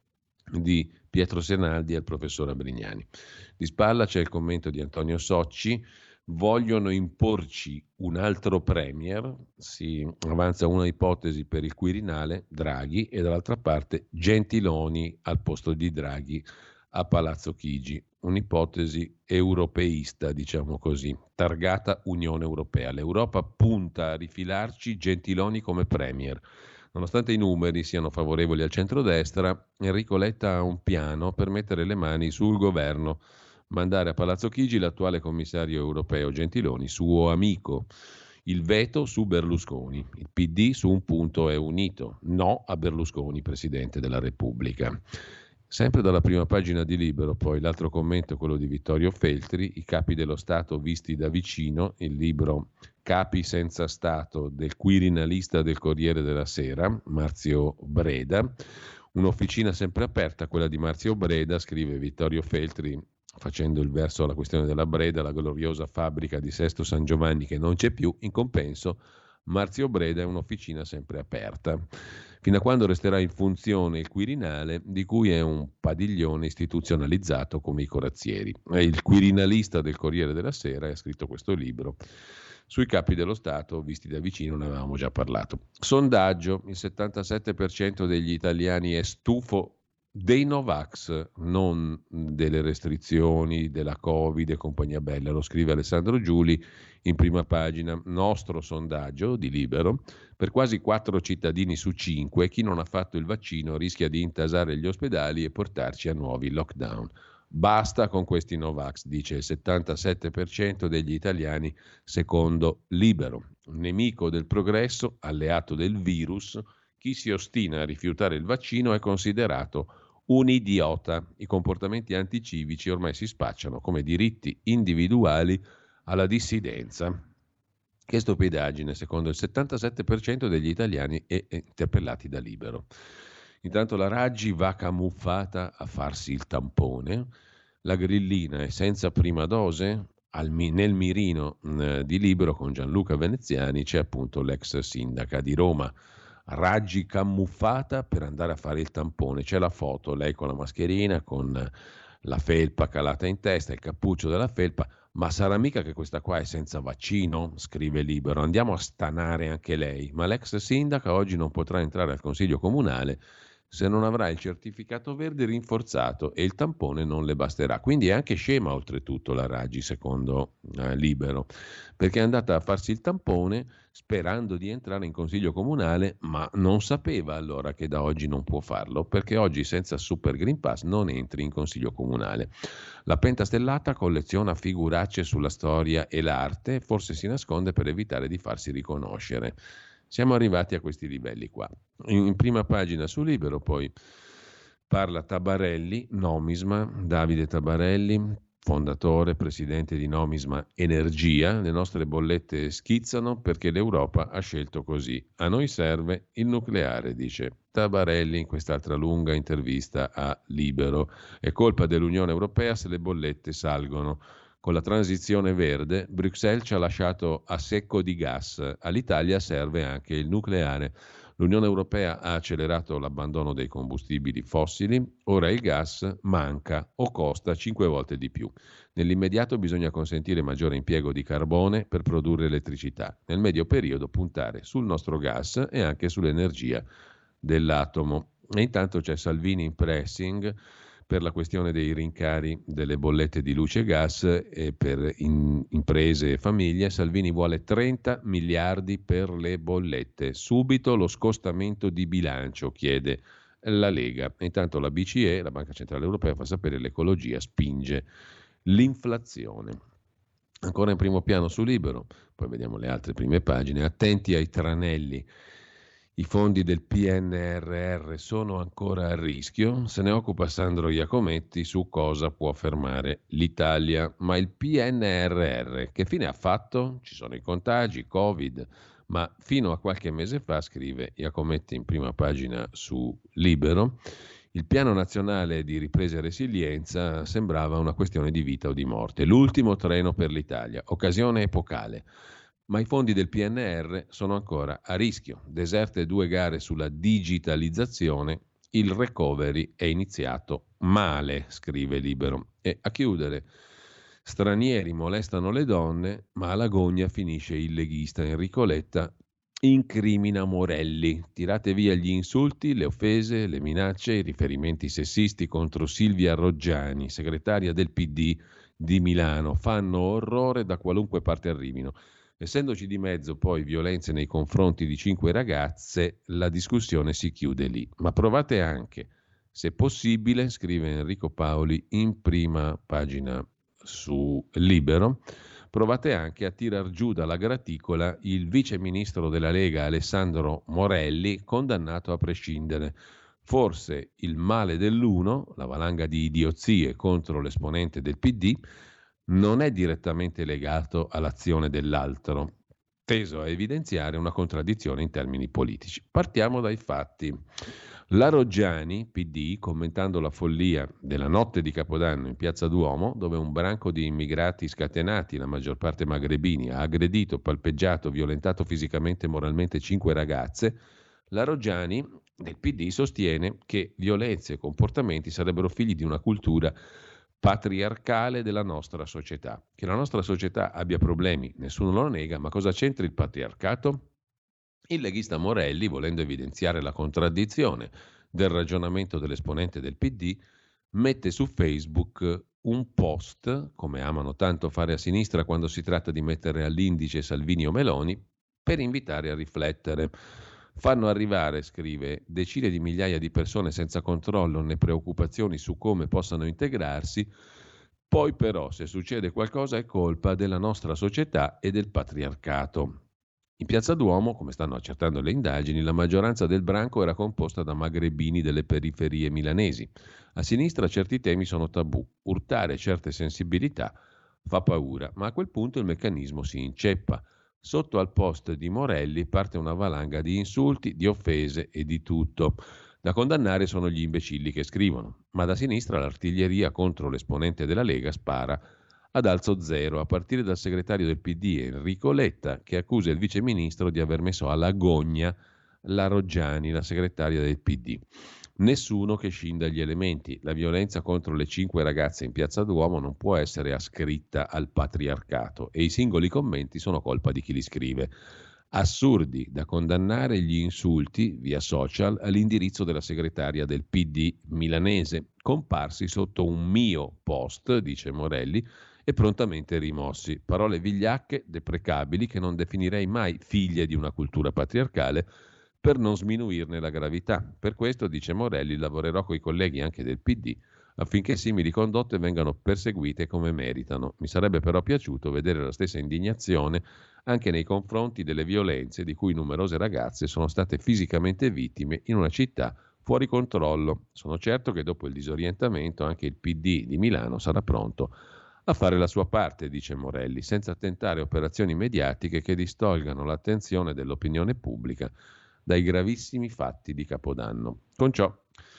di Pietro Senaldi al professor Abrignani. Di spalla c'è il commento di Antonio Socci. Vogliono imporci un altro premier, si avanza una ipotesi per il Quirinale, Draghi, e dall'altra parte Gentiloni al posto di Draghi a Palazzo Chigi, un'ipotesi europeista, diciamo così, targata Unione Europea. L'Europa punta a rifilarci Gentiloni come premier. Nonostante i numeri siano favorevoli al centrodestra, Enrico Letta ha un piano per mettere le mani sul governo, mandare a Palazzo Chigi l'attuale commissario europeo Gentiloni, suo amico. Il veto su Berlusconi. Il P D su un punto è unito. No a Berlusconi, Presidente della Repubblica. Sempre dalla prima pagina di Libero, poi l'altro commento è quello di Vittorio Feltri, i capi dello Stato visti da vicino, il libro Capi senza Stato del quirinalista del Corriere della Sera, Marzio Breda. Un'officina sempre aperta, quella di Marzio Breda, scrive Vittorio Feltri, facendo il verso alla questione della Breda, la gloriosa fabbrica di Sesto San Giovanni che non c'è più. In compenso, Marzio Breda è un'officina sempre aperta, fino a quando resterà in funzione il Quirinale, di cui è un padiglione istituzionalizzato come i corazzieri. Il quirinalista del Corriere della Sera ha scritto questo libro. Sui capi dello Stato, visti da vicino, ne avevamo già parlato. Sondaggio, il settantasette per cento degli italiani è stufo dei Novax, non delle restrizioni, della Covid e compagnia bella, lo scrive Alessandro Giuli in prima pagina. Nostro sondaggio di Libero, per quasi quattro cittadini su cinque, chi non ha fatto il vaccino rischia di intasare gli ospedali e portarci a nuovi lockdown. Basta con questi Novax, dice il settantasette per cento degli italiani, secondo Libero. Nemico del progresso, alleato del virus, chi si ostina a rifiutare il vaccino è considerato un idiota. I comportamenti anticivici ormai si spacciano come diritti individuali alla dissidenza. Che stupidaggine, secondo il settantasette per cento degli italiani e interpellati da Libero. Intanto la Raggi va camuffata a farsi il tampone. La grillina è senza prima dose. Al, nel mirino mh, di Libero con Gianluca Veneziani c'è appunto l'ex sindaca di Roma. Raggi camuffata per andare a fare il tampone. C'è la foto, lei con la mascherina, con la felpa calata in testa, il cappuccio della felpa. Ma sarà mica che questa qua è senza vaccino? Scrive Libero. Andiamo a stanare anche lei. Ma l'ex sindaca oggi non potrà entrare al Consiglio Comunale se non avrà il certificato verde rinforzato e il tampone non le basterà. Quindi è anche scema oltretutto la Raggi, secondo eh, Libero, perché è andata a farsi il tampone sperando di entrare in Consiglio Comunale, ma non sapeva allora che da oggi non può farlo, perché oggi senza Super Green Pass non entri in Consiglio Comunale. La pentastellata colleziona figuracce sulla storia e l'arte, forse si nasconde per evitare di farsi riconoscere. Siamo arrivati a questi livelli qua. In prima pagina su Libero poi parla Tabarelli, Nomisma, Davide Tabarelli, fondatore, presidente di Nomisma Energia. Le nostre bollette schizzano perché l'Europa ha scelto così. A noi serve il nucleare, dice Tabarelli in quest'altra lunga intervista a Libero. È colpa dell'Unione Europea se le bollette salgono. Con la transizione verde, Bruxelles ci ha lasciato a secco di gas. All'Italia serve anche il nucleare. L'Unione Europea ha accelerato l'abbandono dei combustibili fossili, ora il gas manca o costa cinque volte di più. Nell'immediato bisogna consentire maggiore impiego di carbone per produrre elettricità. Nel medio periodo puntare sul nostro gas e anche sull'energia dell'atomo. E intanto c'è Salvini in pressing per la questione dei rincari delle bollette di luce e gas e per in, imprese e famiglie. Salvini vuole trenta miliardi per le bollette. Subito lo scostamento di bilancio, chiede la Lega. E intanto la B C E, la Banca Centrale Europea, fa sapere che l'ecologia spinge l'inflazione. Ancora in primo piano su Libero, poi vediamo le altre prime pagine. Attenti ai tranelli. I fondi del P N R R sono ancora a rischio, se ne occupa Sandro Iacometti su cosa può fermare l'Italia. Ma il P N R R che fine ha fatto? Ci sono i contagi, Covid, ma fino a qualche mese fa, scrive Iacometti in prima pagina su Libero, il Piano Nazionale di Ripresa e Resilienza sembrava una questione di vita o di morte. L'ultimo treno per l'Italia, occasione epocale. Ma i fondi del P N R sono ancora a rischio. Deserte due gare sulla digitalizzazione, il recovery è iniziato male, scrive Libero. E a chiudere, stranieri molestano le donne, ma all'agonia finisce il leghista Enrico Letta, incrimina Morelli. Tirate via gli insulti, le offese, le minacce, i riferimenti sessisti contro Silvia Roggiani, segretaria del P D di Milano. Fanno orrore da qualunque parte arrivino. Essendoci di mezzo poi violenze nei confronti di cinque ragazze, la discussione si chiude lì. Ma provate anche, se possibile, scrive Enrico Paoli in prima pagina su Libero, provate anche a tirar giù dalla graticola il vice ministro della Lega Alessandro Morelli, condannato a prescindere. Forse il male dell'uno, la valanga di idiozie contro l'esponente del P D, non è direttamente legato all'azione dell'altro, teso a evidenziare una contraddizione in termini politici. Partiamo dai fatti. La Roggiani, P D, commentando la follia della notte di Capodanno in Piazza Duomo, dove un branco di immigrati scatenati, la maggior parte magrebini, ha aggredito, palpeggiato, violentato fisicamente e moralmente cinque ragazze, la Roggiani del P D sostiene che violenze e comportamenti sarebbero figli di una cultura patriarcale della nostra società. Che la nostra società abbia problemi, nessuno lo nega, ma cosa c'entra il patriarcato? Il leghista Morelli, volendo evidenziare la contraddizione del ragionamento dell'esponente del P D, mette su Facebook un post, come amano tanto fare a sinistra quando si tratta di mettere all'indice Salvini o Meloni, per invitare a riflettere. Fanno arrivare, scrive, decine di migliaia di persone senza controllo né preoccupazioni su come possano integrarsi, poi però se succede qualcosa è colpa della nostra società e del patriarcato. In Piazza Duomo, come stanno accertando le indagini, la maggioranza del branco era composta da magrebini delle periferie milanesi. A sinistra certi temi sono tabù, urtare certe sensibilità fa paura, ma a quel punto il meccanismo si inceppa. Sotto al post di Morelli parte una valanga di insulti, di offese e di tutto. Da condannare sono gli imbecilli che scrivono, ma da sinistra l'artiglieria contro l'esponente della Lega spara ad alzo zero, a partire dal segretario del P D Enrico Letta, che accusa il vice ministro di aver messo alla gogna la Roggiani, la segretaria del P D. Nessuno che scinda gli elementi. La violenza contro le cinque ragazze in Piazza Duomo non può essere ascritta al patriarcato e i singoli commenti sono colpa di chi li scrive. Assurdi da condannare gli insulti via social all'indirizzo della segretaria del P D milanese, comparsi sotto un mio post, dice Morelli, e prontamente rimossi. Parole vigliacche, deprecabili, che non definirei mai figlie di una cultura patriarcale, per non sminuirne la gravità. Per questo, dice Morelli, lavorerò coi colleghi anche del P D affinché simili condotte vengano perseguite come meritano. Mi sarebbe però piaciuto vedere la stessa indignazione anche nei confronti delle violenze di cui numerose ragazze sono state fisicamente vittime in una città fuori controllo. Sono certo che dopo il disorientamento anche il P D di Milano sarà pronto a fare la sua parte, dice Morelli, senza tentare operazioni mediatiche che distolgano l'attenzione dell'opinione pubblica dai gravissimi fatti di Capodanno. Con ciò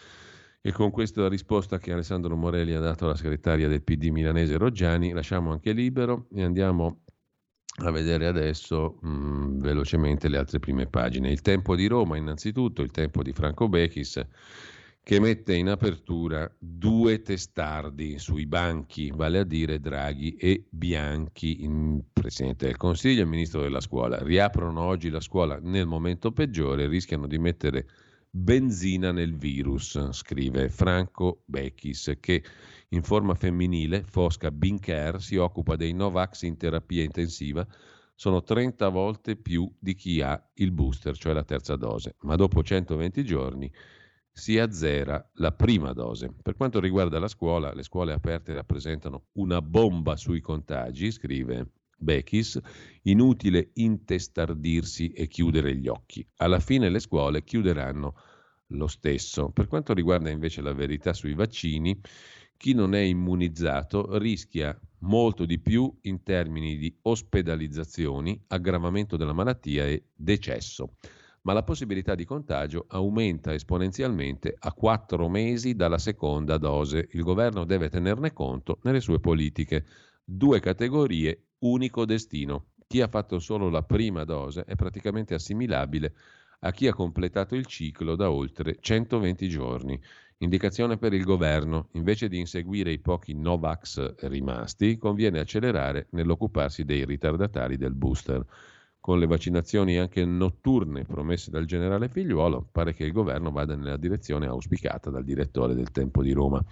e con questa risposta che Alessandro Morelli ha dato alla segretaria del P D milanese Roggiani, lasciamo anche Libero e andiamo a vedere adesso mh, velocemente le altre prime pagine. Il Tempo di Roma, innanzitutto, il Tempo di Franco Bechis, che mette in apertura due testardi sui banchi, vale a dire Draghi e Bianchi, il Presidente del Consiglio e il Ministro della Scuola. Riaprono oggi la scuola nel momento peggiore, rischiano di mettere benzina nel virus, scrive Franco Bechis, che in forma femminile, Fosca Binker, si occupa dei Novax in terapia intensiva. Sono trenta volte più di chi ha il booster, cioè la terza dose, ma dopo centoventi giorni si azzera la prima dose. Per quanto riguarda la scuola, le scuole aperte rappresentano una bomba sui contagi, scrive Bechis, inutile intestardirsi e chiudere gli occhi. Alla fine le scuole chiuderanno lo stesso. Per quanto riguarda invece la verità sui vaccini, chi non è immunizzato rischia molto di più in termini di ospedalizzazioni, aggravamento della malattia e decesso. Ma la possibilità di contagio aumenta esponenzialmente a quattro mesi dalla seconda dose. Il governo deve tenerne conto nelle sue politiche. Due categorie, unico destino. Chi ha fatto solo la prima dose è praticamente assimilabile a chi ha completato il ciclo da oltre centoventi giorni. Indicazione per il governo: invece di inseguire i pochi Novax rimasti, conviene accelerare nell'occuparsi dei ritardatari del booster. Con le vaccinazioni anche notturne promesse dal generale Figliuolo, pare che il governo vada nella direzione auspicata dal direttore del Tempo di Roma.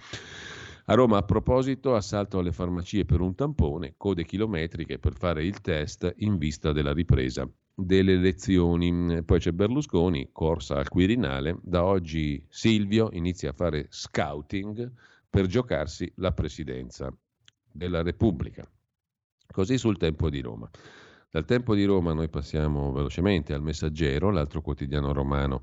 A Roma, a proposito, assalto alle farmacie per un tampone, code chilometriche per fare il test in vista della ripresa delle elezioni. Poi c'è Berlusconi, corsa al Quirinale. Da oggi Silvio inizia a fare scouting per giocarsi la presidenza della Repubblica. Così sul Tempo di Roma. Dal Tempo di Roma noi passiamo velocemente al Messaggero, l'altro quotidiano romano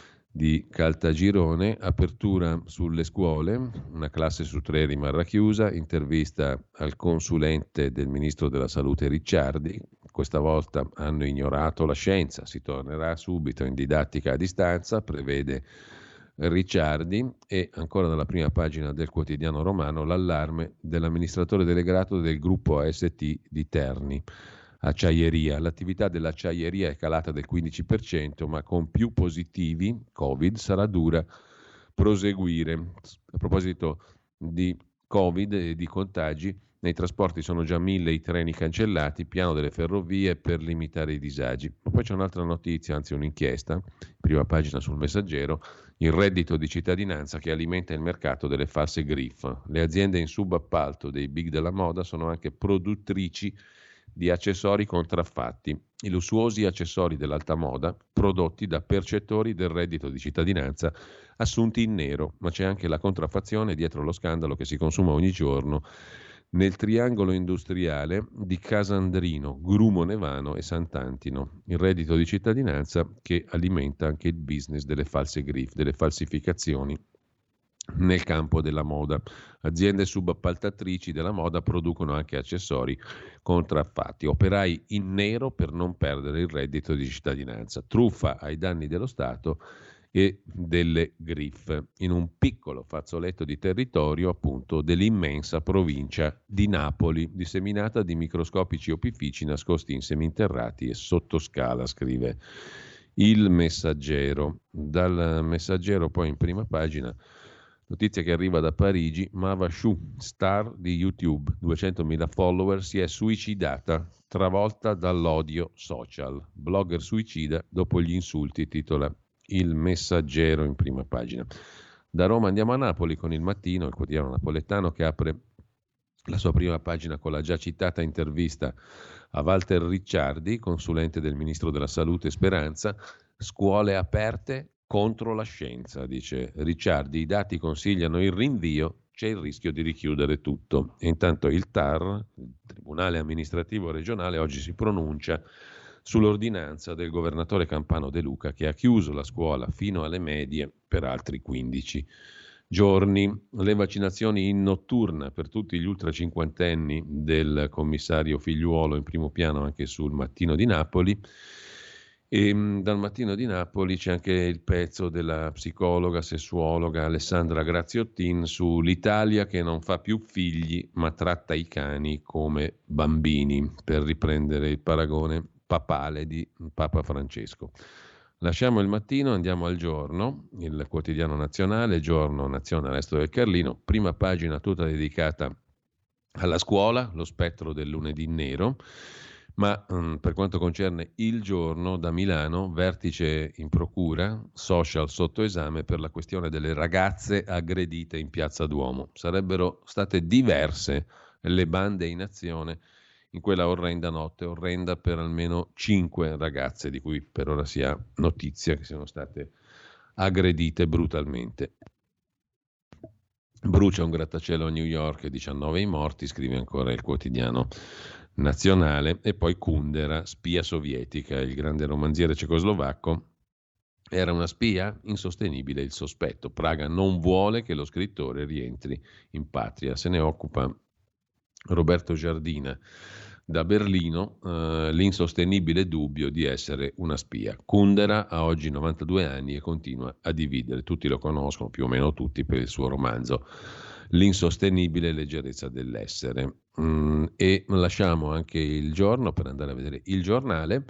di Caltagirone. Apertura sulle scuole, una classe su tre rimarrà chiusa, intervista al consulente del ministro della Salute Ricciardi. Questa volta hanno ignorato la scienza, si tornerà subito in didattica a distanza, prevede Ricciardi. E ancora dalla prima pagina del quotidiano romano l'allarme dell'amministratore delegato del gruppo A S T di Terni. Acciaieria. L'attività dell'acciaieria è calata del quindici per cento, ma con più positivi Covid sarà dura proseguire. A proposito di Covid e di contagi, nei trasporti sono già mille i treni cancellati, piano delle ferrovie per limitare i disagi. Ma poi c'è un'altra notizia, anzi un'inchiesta, prima pagina sul Messaggero, il reddito di cittadinanza che alimenta il mercato delle false griffe. Le aziende in subappalto dei big della moda sono anche produttrici di accessori contraffatti, i lussuosi accessori dell'alta moda prodotti da percettori del reddito di cittadinanza assunti in nero, ma c'è anche la contraffazione dietro lo scandalo che si consuma ogni giorno nel triangolo industriale di Casandrino, Grumo Nevano e Sant'Antino, il reddito di cittadinanza che alimenta anche il business delle false griffe, delle falsificazioni nel campo della moda. Aziende subappaltatrici della moda producono anche accessori contraffatti, operai in nero per non perdere il reddito di cittadinanza, truffa ai danni dello Stato e delle griffe, in un piccolo fazzoletto di territorio appunto dell'immensa provincia di Napoli, disseminata di microscopici opifici nascosti in seminterrati e sottoscala, scrive il Messaggero. Dal Messaggero poi in prima pagina notizia che arriva da Parigi: Mava Shu, star di YouTube, duecentomila follower, si è suicidata, travolta dall'odio social. Blogger suicida dopo gli insulti, titola il Messaggero in prima pagina. Da Roma andiamo a Napoli con Il Mattino, il quotidiano napoletano, che apre la sua prima pagina con la già citata intervista a Walter Ricciardi, consulente del Ministro della Salute Speranza. Scuole aperte contro la scienza, dice Ricciardi, i dati consigliano il rinvio, c'è il rischio di richiudere tutto. E intanto il T A R, il Tribunale Amministrativo Regionale, oggi si pronuncia sull'ordinanza del governatore campano De Luca che ha chiuso la scuola fino alle medie per altri quindici giorni. Le vaccinazioni in notturna per tutti gli ultracinquantenni del commissario Figliuolo in primo piano anche sul Mattino di Napoli. E mh, dal Mattino di Napoli c'è anche il pezzo della psicologa, sessuologa Alessandra Graziottin sull'Italia che non fa più figli ma tratta i cani come bambini, per riprendere il paragone papale di Papa Francesco. Lasciamo il Mattino, andiamo al Giorno, il quotidiano nazionale, Giorno, Nazione, Resto del Carlino, prima pagina tutta dedicata alla scuola, lo spettro del lunedì nero. Ma um, per quanto concerne il Giorno, da Milano, vertice in procura, social sotto esame per la questione delle ragazze aggredite in Piazza Duomo. Sarebbero state diverse le bande in azione in quella orrenda notte, orrenda per almeno cinque ragazze, di cui per ora si ha notizia che siano state aggredite brutalmente. Brucia un grattacielo a New York, diciannove i morti, scrive ancora il quotidiano nazionale. E poi Kundera, spia sovietica, il grande romanziere cecoslovacco. Era una spia? Insostenibile il sospetto. Praga non vuole che lo scrittore rientri in patria. Se ne occupa Roberto Giardina da Berlino, eh, l'insostenibile dubbio di essere una spia. Kundera ha oggi novantadue anni e continua a dividere. Tutti lo conoscono, più o meno tutti, per il suo romanzo L'insostenibile leggerezza dell'essere. Mm, e lasciamo anche il Giorno per andare a vedere il giornale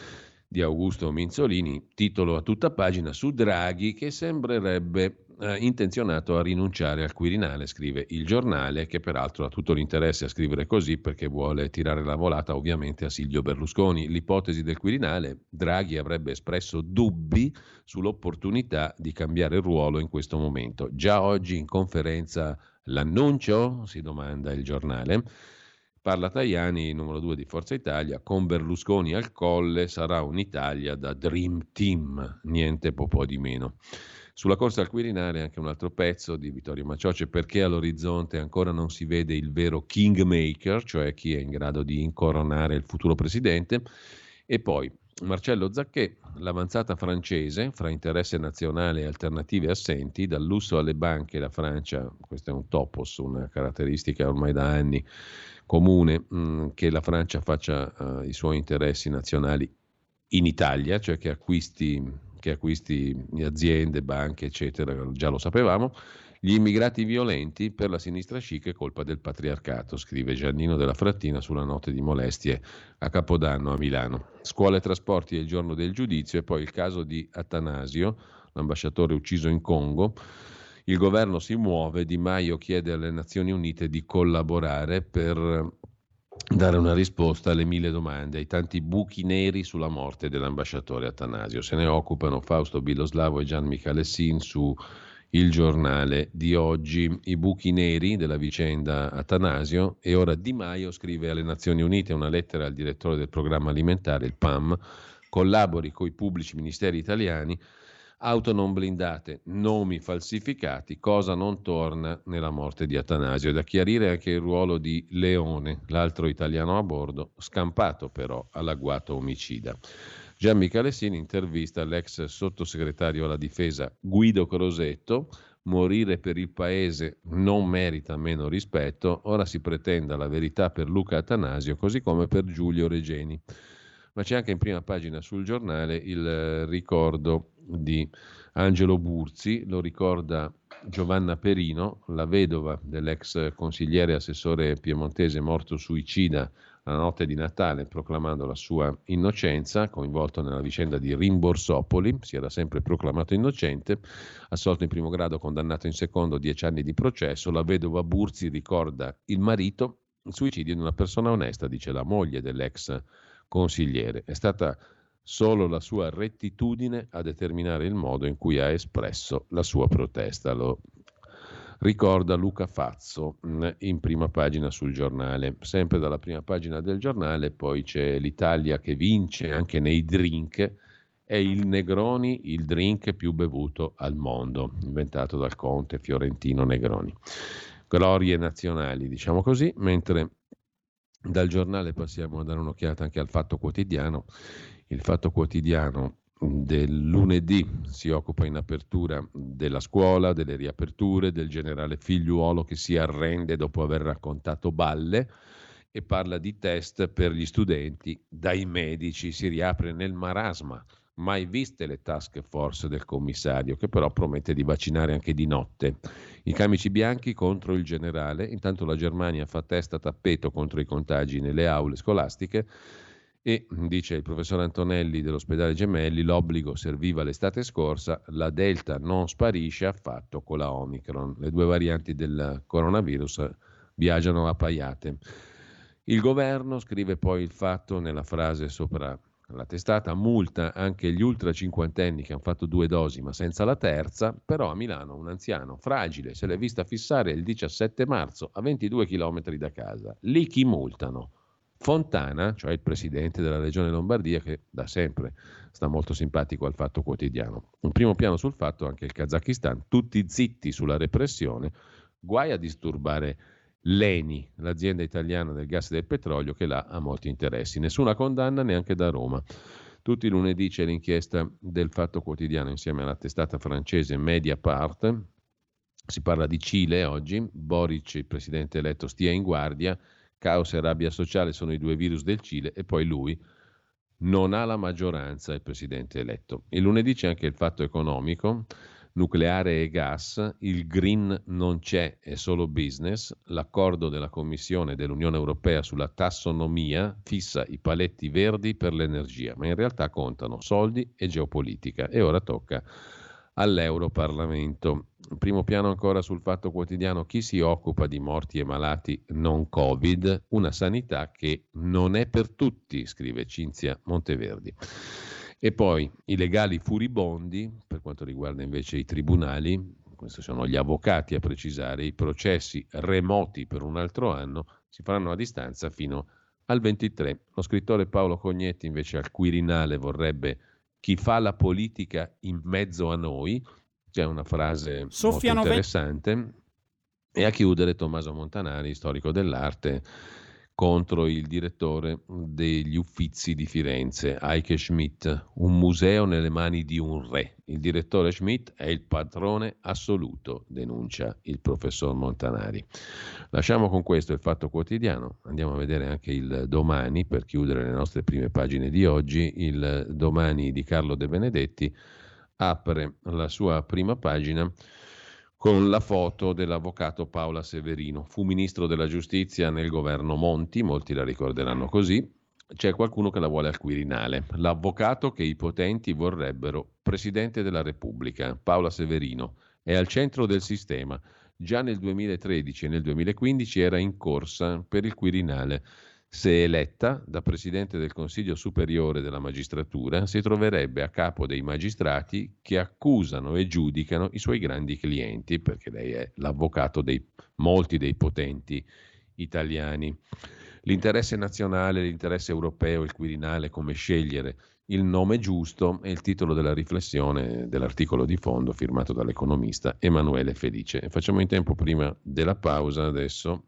di Augusto Minzolini, titolo a tutta pagina su Draghi che sembrerebbe eh, intenzionato a rinunciare al Quirinale, scrive il giornale, che peraltro ha tutto l'interesse a scrivere così perché vuole tirare la volata ovviamente a Silvio Berlusconi. L'ipotesi del Quirinale, Draghi avrebbe espresso dubbi sull'opportunità di cambiare ruolo in questo momento. Già oggi in conferenza l'annuncio, si domanda il giornale. Parla Tajani, numero due di Forza Italia, con Berlusconi al colle sarà un'Italia da Dream Team, niente po' po' di meno. Sulla corsa al Quirinale anche un altro pezzo di Vittorio Macioce, perché all'orizzonte ancora non si vede il vero kingmaker, cioè chi è in grado di incoronare il futuro presidente. E poi Marcello Zacché, l'avanzata francese, fra interesse nazionale e alternative assenti, dal lusso alle banche, la Francia, questo è un topos, una caratteristica ormai da anni comune, mh, che la Francia faccia uh, i suoi interessi nazionali in Italia, cioè che acquisti, che acquisti aziende, banche, eccetera, già lo sapevamo. Gli immigrati violenti per la sinistra chic è colpa del patriarcato, scrive Giannino della Frattina sulla notte di molestie a Capodanno a Milano. Scuola e trasporti è il giorno del giudizio. E poi il caso di Attanasio, l'ambasciatore ucciso in Congo. Il governo si muove, Di Maio chiede alle Nazioni Unite di collaborare per dare una risposta alle mille domande, ai tanti buchi neri sulla morte dell'ambasciatore Attanasio. Se ne occupano Fausto Biloslavo e Gian Michalessin su Il Giornale di oggi. I buchi neri della vicenda Attanasio. E ora Di Maio scrive alle Nazioni Unite una lettera al direttore del programma alimentare, il P A M, collabori coi pubblici ministeri italiani. Auto non blindate, nomi falsificati, cosa non torna nella morte di Attanasio. Da chiarire anche il ruolo di Leone, l'altro italiano a bordo, scampato però all'agguato omicida. Gian Michalessin intervista l'ex sottosegretario alla difesa Guido Crosetto. Morire per il paese non merita meno rispetto, ora si pretenda la verità per Luca Attanasio, così come per Giulio Regeni. Ma c'è anche in prima pagina sul giornale il ricordo di Angelo Burzi, lo ricorda Giovanna Perino, la vedova dell'ex consigliere assessore piemontese morto suicida la notte di Natale, proclamando la sua innocenza, coinvolto nella vicenda di Rimborsopoli, si era sempre proclamato innocente, assolto in primo grado, condannato in secondo, dieci anni di processo. La vedova Burzi ricorda il marito, il suicidio di una persona onesta, dice la moglie dell'ex consigliere. È stata solo la sua rettitudine a determinare il modo in cui ha espresso la sua protesta. Lo ricorda Luca Fazzo in prima pagina sul giornale. Sempre dalla prima pagina del giornale poi c'è l'Italia che vince anche nei drink. È il Negroni, il drink più bevuto al mondo, inventato dal conte fiorentino Negroni. Glorie nazionali, diciamo così, mentre dal giornale passiamo a dare un'occhiata anche al Fatto Quotidiano. Il Fatto Quotidiano del lunedì si occupa in apertura della scuola, delle riaperture, del generale Figliuolo che si arrende dopo aver raccontato balle e parla di test per gli studenti. Dai medici si riapre nel marasma. Mai viste le task force del commissario, che però promette di vaccinare anche di notte. I camici bianchi contro il generale. Intanto la Germania fa testa a tappeto contro i contagi nelle aule scolastiche e, dice il professor Antonelli dell'ospedale Gemelli, l'obbligo serviva l'estate scorsa, la Delta non sparisce affatto con la Omicron. Le due varianti del coronavirus viaggiano appaiate. Il governo, scrive poi il Fatto nella frase sopra la testata, multa anche gli ultra cinquantenni che hanno fatto due dosi ma senza la terza, però a Milano un anziano fragile se l'è vista fissare il diciassette marzo a ventidue chilometri da casa. Lì chi multano? Fontana, cioè il presidente della Regione Lombardia, che da sempre sta molto simpatico al Fatto Quotidiano. In primo piano sul Fatto anche il Kazakistan, tutti zitti sulla repressione, guai a disturbare l'Eni, l'azienda italiana del gas e del petrolio, che là ha molti interessi. Nessuna condanna neanche da Roma. Tutti i lunedì c'è l'inchiesta del Fatto Quotidiano insieme alla testata francese Mediapart. Si parla di Cile oggi. Boric, il presidente eletto, stia in guardia. Caos e rabbia sociale sono i due virus del Cile e poi lui non ha la maggioranza, il presidente eletto. Il lunedì c'è anche il Fatto Economico. Nucleare e gas, il green non c'è, è solo business, l'accordo della Commissione dell'Unione Europea sulla tassonomia fissa i paletti verdi per l'energia, ma in realtà contano soldi e geopolitica e ora tocca all'Europarlamento. In primo piano ancora sul Fatto Quotidiano, chi si occupa di morti e malati non Covid, una sanità che non è per tutti, scrive Cinzia Monteverdi. E poi i legali furibondi, per quanto riguarda invece i tribunali, questi sono gli avvocati a precisare, i processi remoti per un altro anno si faranno a distanza fino al ventitré. Lo scrittore Paolo Cognetti invece al Quirinale vorrebbe chi fa la politica in mezzo a noi, c'è una frase Soffiano molto interessante, ve- e a chiudere Tommaso Montanari, storico dell'arte, contro il direttore degli Uffizi di Firenze, Heike Schmidt, un museo nelle mani di un re. Il direttore Schmidt è il padrone assoluto, denuncia il professor Montanari. Lasciamo con questo il Fatto Quotidiano, andiamo a vedere anche il Domani, per chiudere le nostre prime pagine di oggi. Il Domani di Carlo De Benedetti apre la sua prima pagina con la foto dell'avvocato Paola Severino. Fu ministro della giustizia nel governo Monti, molti la ricorderanno così. C'è qualcuno che la vuole al Quirinale. L'avvocato che i potenti vorrebbero presidente della Repubblica, Paola Severino, è al centro del sistema. Già nel duemilatredici e nel duemilaquindici era in corsa per il Quirinale. Se eletta da Presidente del Consiglio Superiore della Magistratura, si troverebbe a capo dei magistrati che accusano e giudicano i suoi grandi clienti, perché lei è l'avvocato dei molti dei potenti italiani. L'interesse nazionale, l'interesse europeo, il Quirinale, come scegliere il nome giusto, è il titolo della riflessione dell'articolo di fondo firmato dall'economista Emanuele Felice. E facciamo in tempo prima della pausa adesso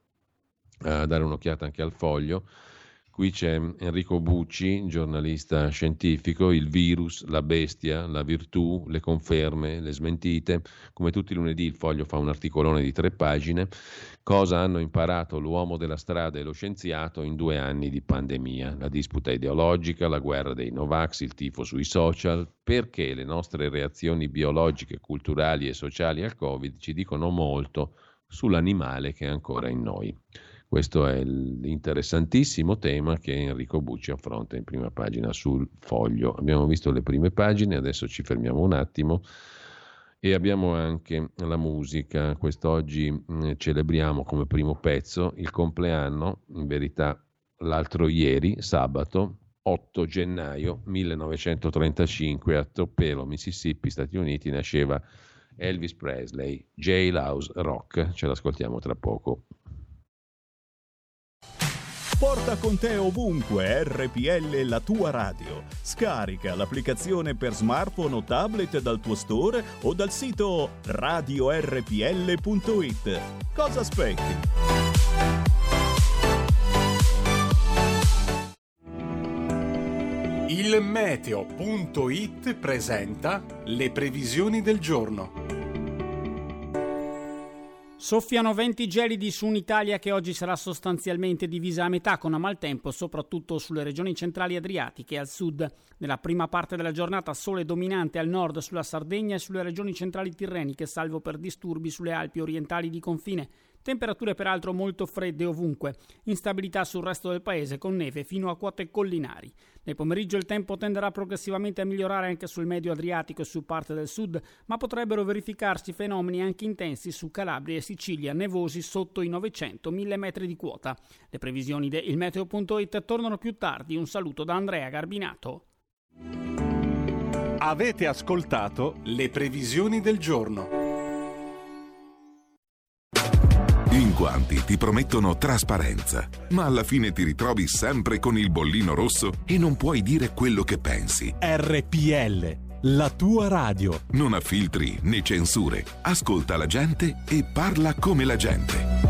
a dare un'occhiata anche al Foglio. Qui c'è Enrico Bucci, giornalista scientifico, il virus, la bestia, la virtù, le conferme, le smentite. Come tutti i lunedì il Foglio fa un articolone di tre pagine. Cosa hanno imparato l'uomo della strada e lo scienziato in due anni di pandemia? La disputa ideologica, la guerra dei Novax, il tifo sui social. Perché le nostre reazioni biologiche, culturali e sociali al Covid ci dicono molto sull'animale che è ancora in noi. Questo è l'interessantissimo tema che Enrico Bucci affronta in prima pagina sul Foglio. Abbiamo visto le prime pagine, adesso ci fermiamo un attimo e abbiamo anche la musica. Quest'oggi mh, celebriamo come primo pezzo il compleanno, in verità l'altro ieri, sabato, otto gennaio millenovecentotrentacinque, a Tupelo, Mississippi, Stati Uniti, nasceva Elvis Presley, Jailhouse Rock. Ce l'ascoltiamo tra poco. Porta con te ovunque R P L, la tua radio. Scarica l'applicazione per smartphone o tablet dal tuo store o dal sito radio erre pi elle punto it. Cosa aspetti? Il meteo punto it presenta le previsioni del giorno. Soffiano venti gelidi su un'Italia che oggi sarà sostanzialmente divisa a metà, con a maltempo soprattutto sulle regioni centrali adriatiche e al sud. Nella prima parte della giornata sole dominante al nord sulla Sardegna e sulle regioni centrali tirreniche, salvo per disturbi sulle Alpi orientali di confine. Temperature peraltro molto fredde ovunque, instabilità sul resto del paese con neve fino a quote collinari. Nel pomeriggio il tempo tenderà progressivamente a migliorare anche sul medio Adriatico e su parte del sud, ma potrebbero verificarsi fenomeni anche intensi su Calabria e Sicilia, nevosi sotto i novecento mille metri di quota. Le previsioni di il meteo punto it tornano più tardi. Un saluto da Andrea Garbinato. Avete ascoltato le previsioni del giorno. In quanti ti promettono trasparenza, ma alla fine ti ritrovi sempre con il bollino rosso e non puoi dire quello che pensi. R P L, la tua radio. Non ha filtri né censure. Ascolta la gente e parla come la gente.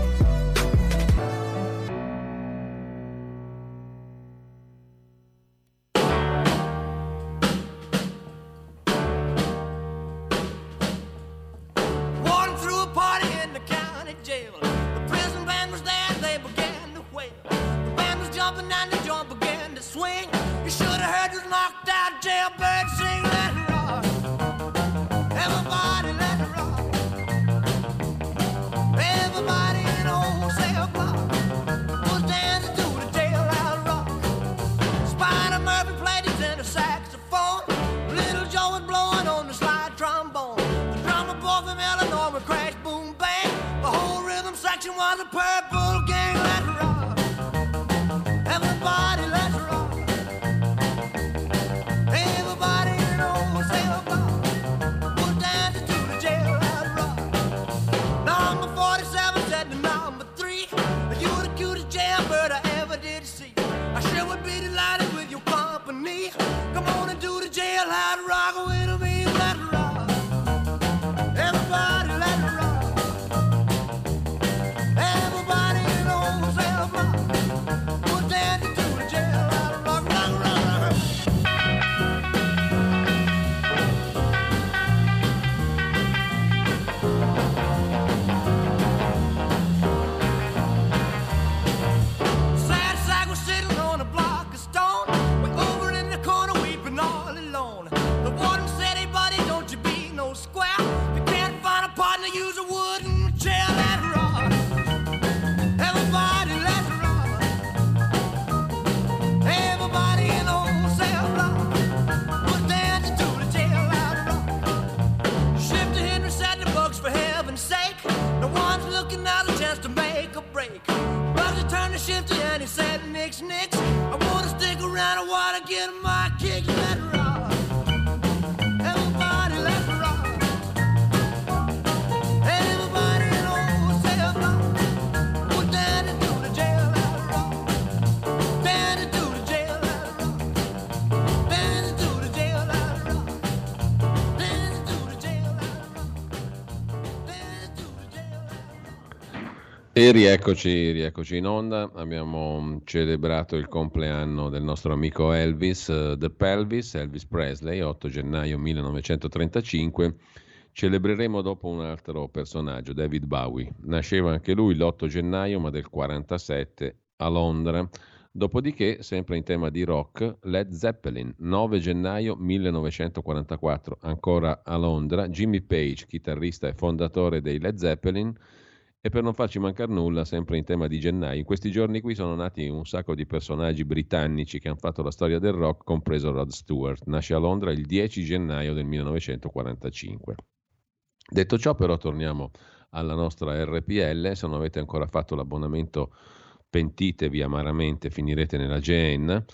E rieccoci, rieccoci in onda. Abbiamo celebrato il compleanno del nostro amico Elvis, uh, The Pelvis, Elvis Presley, otto gennaio millenovecentotrentacinque. Celebreremo dopo un altro personaggio, David Bowie. Nasceva anche lui l'otto gennaio, ma del quarantasette a Londra. Dopodiché, sempre in tema di rock, Led Zeppelin, nove gennaio millenovecentoquarantaquattro, ancora a Londra. Jimmy Page, chitarrista e fondatore dei Led Zeppelin. E per non farci mancare nulla, sempre in tema di gennaio, in questi giorni qui sono nati un sacco di personaggi britannici che hanno fatto la storia del rock, compreso Rod Stewart. Nasce a Londra il dieci gennaio del millenovecentoquarantacinque. Detto ciò, però, torniamo alla nostra R P L. Se non avete ancora fatto l'abbonamento, pentitevi amaramente, finirete nella Geenna.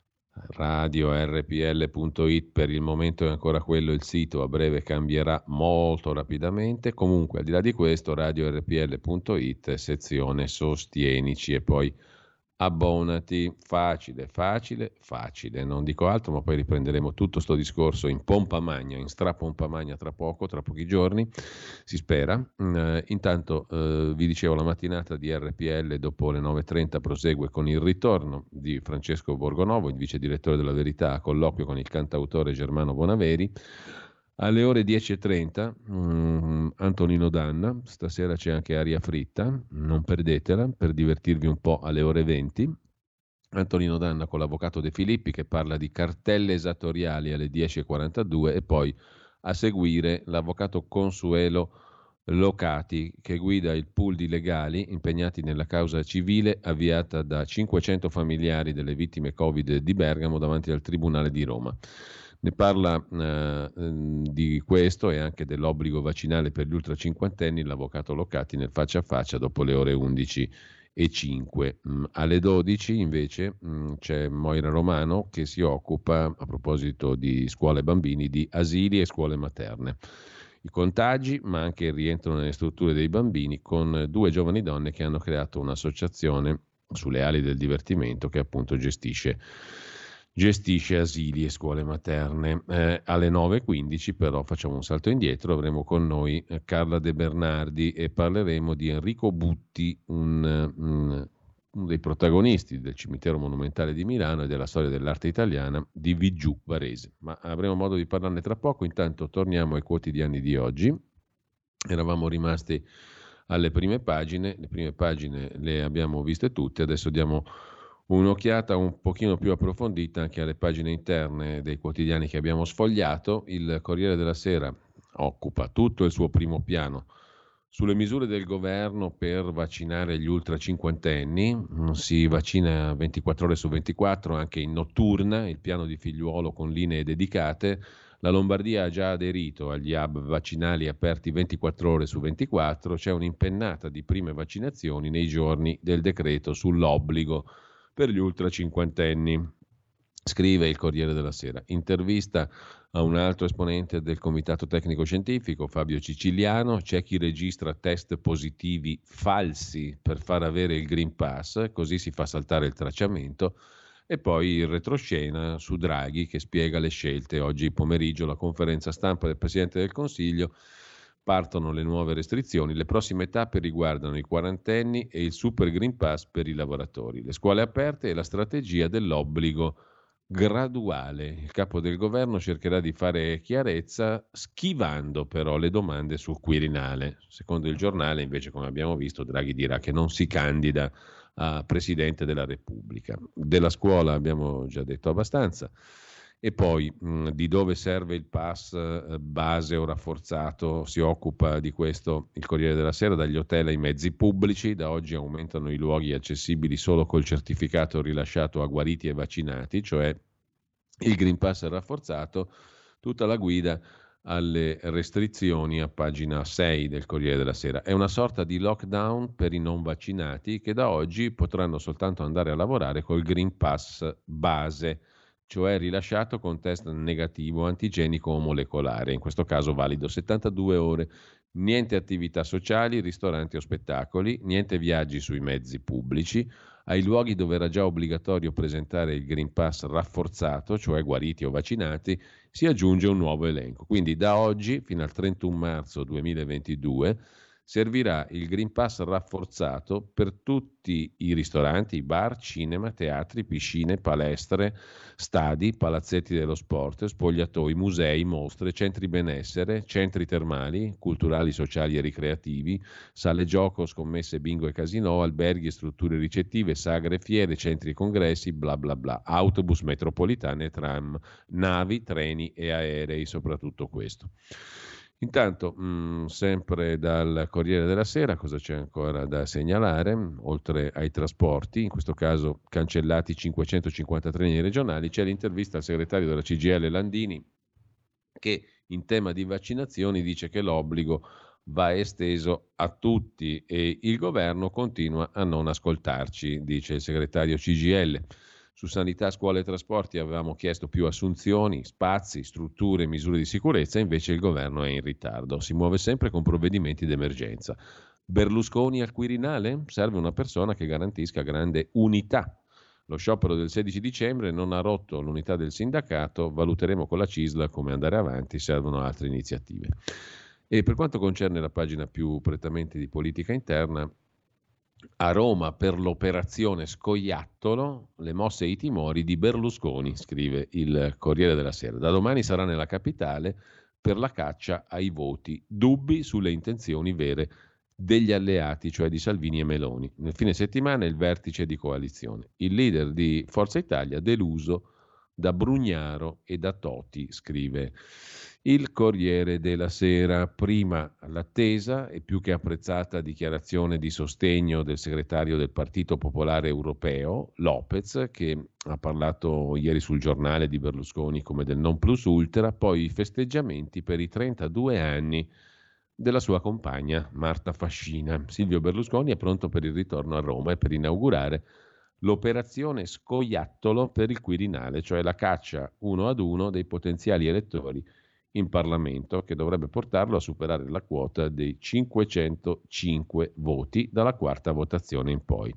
radio erre pi elle punto it per il momento è ancora quello il sito, a breve cambierà molto rapidamente. Comunque, al di là di questo, radio erre pi elle punto it, sezione sostienici e poi abbonati. Facile, facile, facile, non dico altro, ma poi riprenderemo tutto sto discorso in pompa magna, in strapompa magna tra poco, tra pochi giorni, si spera. Uh, intanto uh, vi dicevo, la mattinata di R P L dopo le nove e trenta prosegue con il ritorno di Francesco Borgonovo, il vice direttore della Verità, a colloquio con il cantautore Germano Bonaveri. Alle ore dieci e trenta um, Antonino Danna, stasera c'è anche aria fritta, non perdetela per divertirvi un po' alle ore venti. Antonino Danna con l'avvocato De Filippi che parla di cartelle esattoriali alle dieci e quarantadue e poi a seguire l'avvocato Consuelo Locati che guida il pool di legali impegnati nella causa civile avviata da cinquecento familiari delle vittime Covid di Bergamo davanti al Tribunale di Roma. Ne parla eh, di questo e anche dell'obbligo vaccinale per gli ultracinquantenni l'avvocato Locati nel faccia a faccia dopo le ore undici e cinque. Mm, alle dodici invece mm, c'è Moira Romano che si occupa, a proposito di scuole bambini, di asili e scuole materne. I contagi, ma anche il rientro nelle strutture dei bambini, con due giovani donne che hanno creato un'associazione sulle ali del divertimento che appunto gestisce gestisce asili e scuole materne. Eh, alle nove e quindici però facciamo un salto indietro, avremo con noi eh, Carla De Bernardi e parleremo di Enrico Butti, un, un, uno dei protagonisti del cimitero monumentale di Milano e della storia dell'arte italiana di Vigiù Varese. Ma avremo modo di parlarne tra poco, intanto torniamo ai quotidiani di oggi. Eravamo rimasti alle prime pagine, le prime pagine le abbiamo viste tutte, adesso diamo un'occhiata un pochino più approfondita anche alle pagine interne dei quotidiani che abbiamo sfogliato. Il Corriere della Sera occupa tutto il suo primo piano sulle misure del governo per vaccinare gli ultracinquantenni. Si vaccina ventiquattro ore su ventiquattro anche in notturna, il piano di Figliuolo con linee dedicate. La Lombardia ha già aderito agli hub vaccinali aperti ventiquattro ore su ventiquattro, c'è un'impennata di prime vaccinazioni nei giorni del decreto sull'obbligo per gli ultracinquantenni, scrive il Corriere della Sera. Intervista a un altro esponente del Comitato Tecnico Scientifico, Fabio Ciciliano, c'è chi registra test positivi falsi per far avere il Green Pass, così si fa saltare il tracciamento, e poi il retroscena su Draghi che spiega le scelte. Oggi pomeriggio la conferenza stampa del Presidente del Consiglio. Partono le nuove restrizioni, le prossime tappe riguardano i quarantenni e il Super Green Pass per i lavoratori, le scuole aperte e la strategia dell'obbligo graduale. Il capo del governo cercherà di fare chiarezza schivando però le domande sul Quirinale. Secondo il giornale invece, come abbiamo visto, Draghi dirà che non si candida a Presidente della Repubblica. Della scuola abbiamo già detto abbastanza. E poi mh, di dove serve il pass eh, base o rafforzato, si occupa di questo il Corriere della Sera, dagli hotel ai mezzi pubblici. Da oggi aumentano i luoghi accessibili solo col certificato rilasciato a guariti e vaccinati, cioè il Green Pass rafforzato, tutta la guida alle restrizioni a pagina sei del Corriere della Sera. È una sorta di lockdown per i non vaccinati che da oggi potranno soltanto andare a lavorare col Green Pass base, cioè rilasciato con test negativo antigenico o molecolare, in questo caso valido settantadue ore. Niente attività sociali, ristoranti o spettacoli, niente viaggi sui mezzi pubblici. Ai luoghi dove era già obbligatorio presentare il Green Pass rafforzato, cioè guariti o vaccinati, si aggiunge un nuovo elenco. Quindi da oggi fino al trentuno marzo duemilaventidue servirà il Green Pass rafforzato per tutti i ristoranti, bar, cinema, teatri, piscine, palestre, stadi, palazzetti dello sport, spogliatoi, musei, mostre, centri benessere, centri termali, culturali, sociali e ricreativi, sale gioco, scommesse, bingo e casinò, alberghi e strutture ricettive, sagre, fiere, centri e congressi, bla bla bla, autobus, metropolitane, tram, navi, treni e aerei, soprattutto questo. Intanto, mh, sempre dal Corriere della Sera, cosa c'è ancora da segnalare? Oltre ai trasporti, in questo caso cancellati cinquecentocinquanta treni regionali, c'è l'intervista al segretario della C G I L Landini che in tema di vaccinazioni dice che l'obbligo va esteso a tutti e il governo continua a non ascoltarci, dice il segretario C G I L. Su sanità, scuole e trasporti avevamo chiesto più assunzioni, spazi, strutture, misure di sicurezza, invece il governo è in ritardo, si muove sempre con provvedimenti d'emergenza. Berlusconi al Quirinale? Serve una persona che garantisca grande unità. Lo sciopero del sedici dicembre non ha rotto l'unità del sindacato, valuteremo con la C I S L come andare avanti, servono altre iniziative. E per quanto concerne la pagina più prettamente di politica interna, a Roma per l'operazione Scoiattolo, le mosse e i timori di Berlusconi, scrive il Corriere della Sera. Da domani sarà nella capitale per la caccia ai voti, dubbi sulle intenzioni vere degli alleati, cioè di Salvini e Meloni. Nel fine settimana il vertice di coalizione. Il leader di Forza Italia deluso da Brugnaro e da Toti, scrive il Corriere della Sera. Prima l'attesa e più che apprezzata dichiarazione di sostegno del segretario del Partito Popolare Europeo, Lopez, che ha parlato ieri sul giornale di Berlusconi come del non plus ultra, poi i festeggiamenti per i trentadue anni della sua compagna Marta Fascina. Silvio Berlusconi è pronto per il ritorno a Roma e per inaugurare l'operazione Scoiattolo per il Quirinale, cioè la caccia uno ad uno dei potenziali elettori in Parlamento, che dovrebbe portarlo a superare la quota dei cinquecentocinque voti dalla quarta votazione in poi.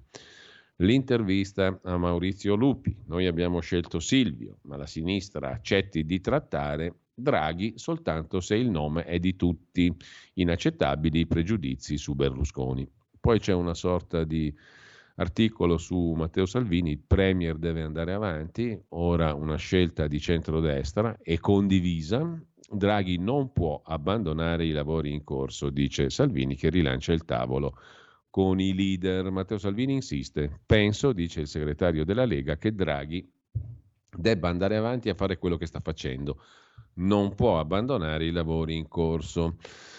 L'intervista a Maurizio Lupi. Noi abbiamo scelto Silvio, ma la sinistra accetti di trattare Draghi soltanto se il nome è di tutti. Inaccettabili i pregiudizi su Berlusconi. Poi c'è una sorta di articolo su Matteo Salvini, il Premier deve andare avanti, ora una scelta di centrodestra e condivisa. Draghi non può abbandonare i lavori in corso, dice Salvini, che rilancia il tavolo con i leader. Matteo Salvini insiste. Penso, dice il segretario della Lega, che Draghi debba andare avanti a fare quello che sta facendo. Non può abbandonare i lavori in corso.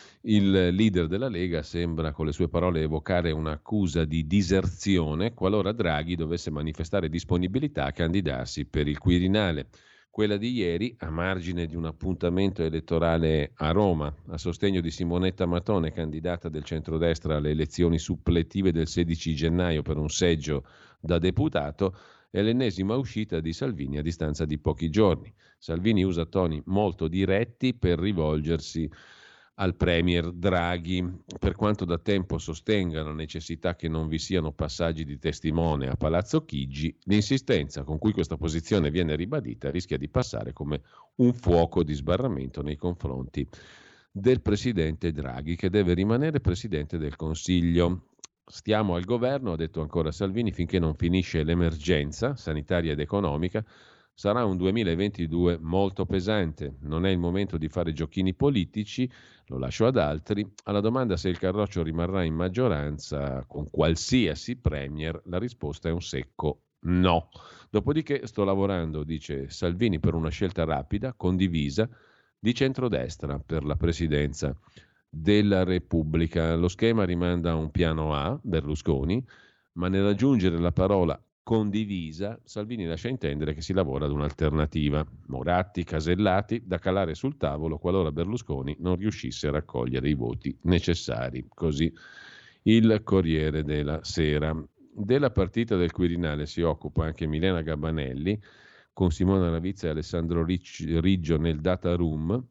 Il leader della Lega sembra, con le sue parole, evocare un'accusa di diserzione qualora Draghi dovesse manifestare disponibilità a candidarsi per il Quirinale. Quella di ieri, a margine di un appuntamento elettorale a Roma, a sostegno di Simonetta Matone, candidata del centrodestra alle elezioni suppletive del sedici gennaio per un seggio da deputato, è l'ennesima uscita di Salvini a distanza di pochi giorni. Salvini usa toni molto diretti per rivolgersi al premier Draghi. Per quanto da tempo sostenga la necessità che non vi siano passaggi di testimone a Palazzo Chigi, l'insistenza con cui questa posizione viene ribadita rischia di passare come un fuoco di sbarramento nei confronti del presidente Draghi, che deve rimanere presidente del Consiglio. Stiamo al governo, ha detto ancora Salvini, finché non finisce l'emergenza sanitaria ed economica. Sarà un duemilaventidue molto pesante, non è il momento di fare giochini politici, lo lascio ad altri. Alla domanda se il Carroccio rimarrà in maggioranza con qualsiasi premier, la risposta è un secco no. Dopodiché sto lavorando, dice Salvini, per una scelta rapida, condivisa, di centrodestra per la presidenza della Repubblica. Lo schema rimanda a un piano A, Berlusconi, ma nell'aggiungere la parola condivisa, Salvini lascia intendere che si lavora ad un'alternativa. Moratti, Casellati, da calare sul tavolo qualora Berlusconi non riuscisse a raccogliere i voti necessari. Così il Corriere della Sera. Della partita del Quirinale si occupa anche Milena Gabanelli, con Simona Ravizza e Alessandro Riggio nel data room.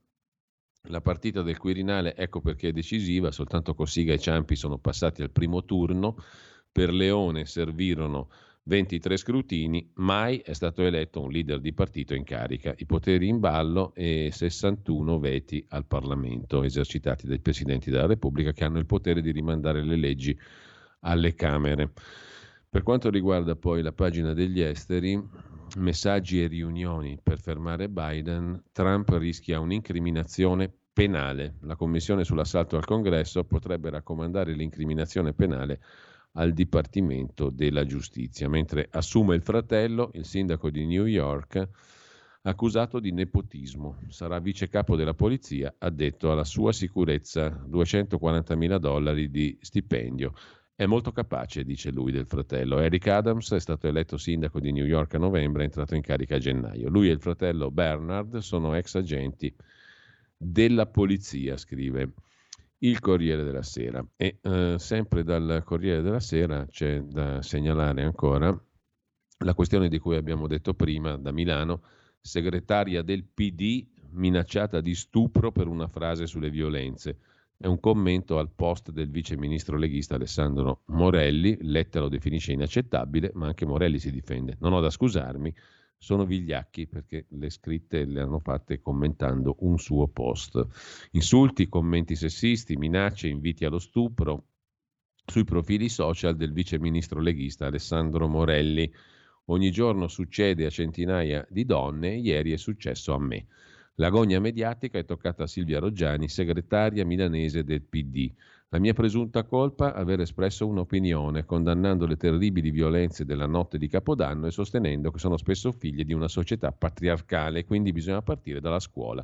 La partita del Quirinale, ecco perché è decisiva, soltanto Cossiga e Ciampi sono passati al primo turno. Per Leone servirono ventitré scrutini, mai è stato eletto un leader di partito in carica, i poteri in ballo e sessantuno veti al Parlamento esercitati dai presidenti della Repubblica, che hanno il potere di rimandare le leggi alle Camere. Per quanto riguarda poi la pagina degli esteri, messaggi e riunioni per fermare Biden, Trump rischia un'incriminazione penale. La commissione sull'assalto al Congresso potrebbe raccomandare l'incriminazione penale al Dipartimento della Giustizia, mentre assume il fratello, il sindaco di New York, accusato di nepotismo. Sarà vice capo della polizia, addetto alla sua sicurezza, duecentoquarantamila dollari di stipendio. È molto capace, dice lui del fratello. Eric Adams è stato eletto sindaco di New York a novembre, è entrato in carica a gennaio. Lui e il fratello Bernard sono ex agenti della polizia, scrive il Corriere della Sera. E eh, sempre dal Corriere della Sera c'è da segnalare ancora la questione di cui abbiamo detto prima, da Milano, segretaria del P D minacciata di stupro per una frase sulle violenze. È un commento al post del vice ministro leghista Alessandro Morelli. Letta lo definisce inaccettabile, ma anche Morelli si difende. Non ho da scusarmi, sono vigliacchi, perché le scritte le hanno fatte commentando un suo post. Insulti, commenti sessisti, minacce, inviti allo stupro sui profili social del vice ministro leghista Alessandro Morelli. Ogni giorno succede a centinaia di donne, ieri è successo a me. L'agonia mediatica è toccata a Silvia Roggiani, segretaria milanese del P D. La mia presunta colpa? Aver espresso un'opinione, condannando le terribili violenze della notte di Capodanno e sostenendo che sono spesso figlie di una società patriarcale, quindi bisogna partire dalla scuola.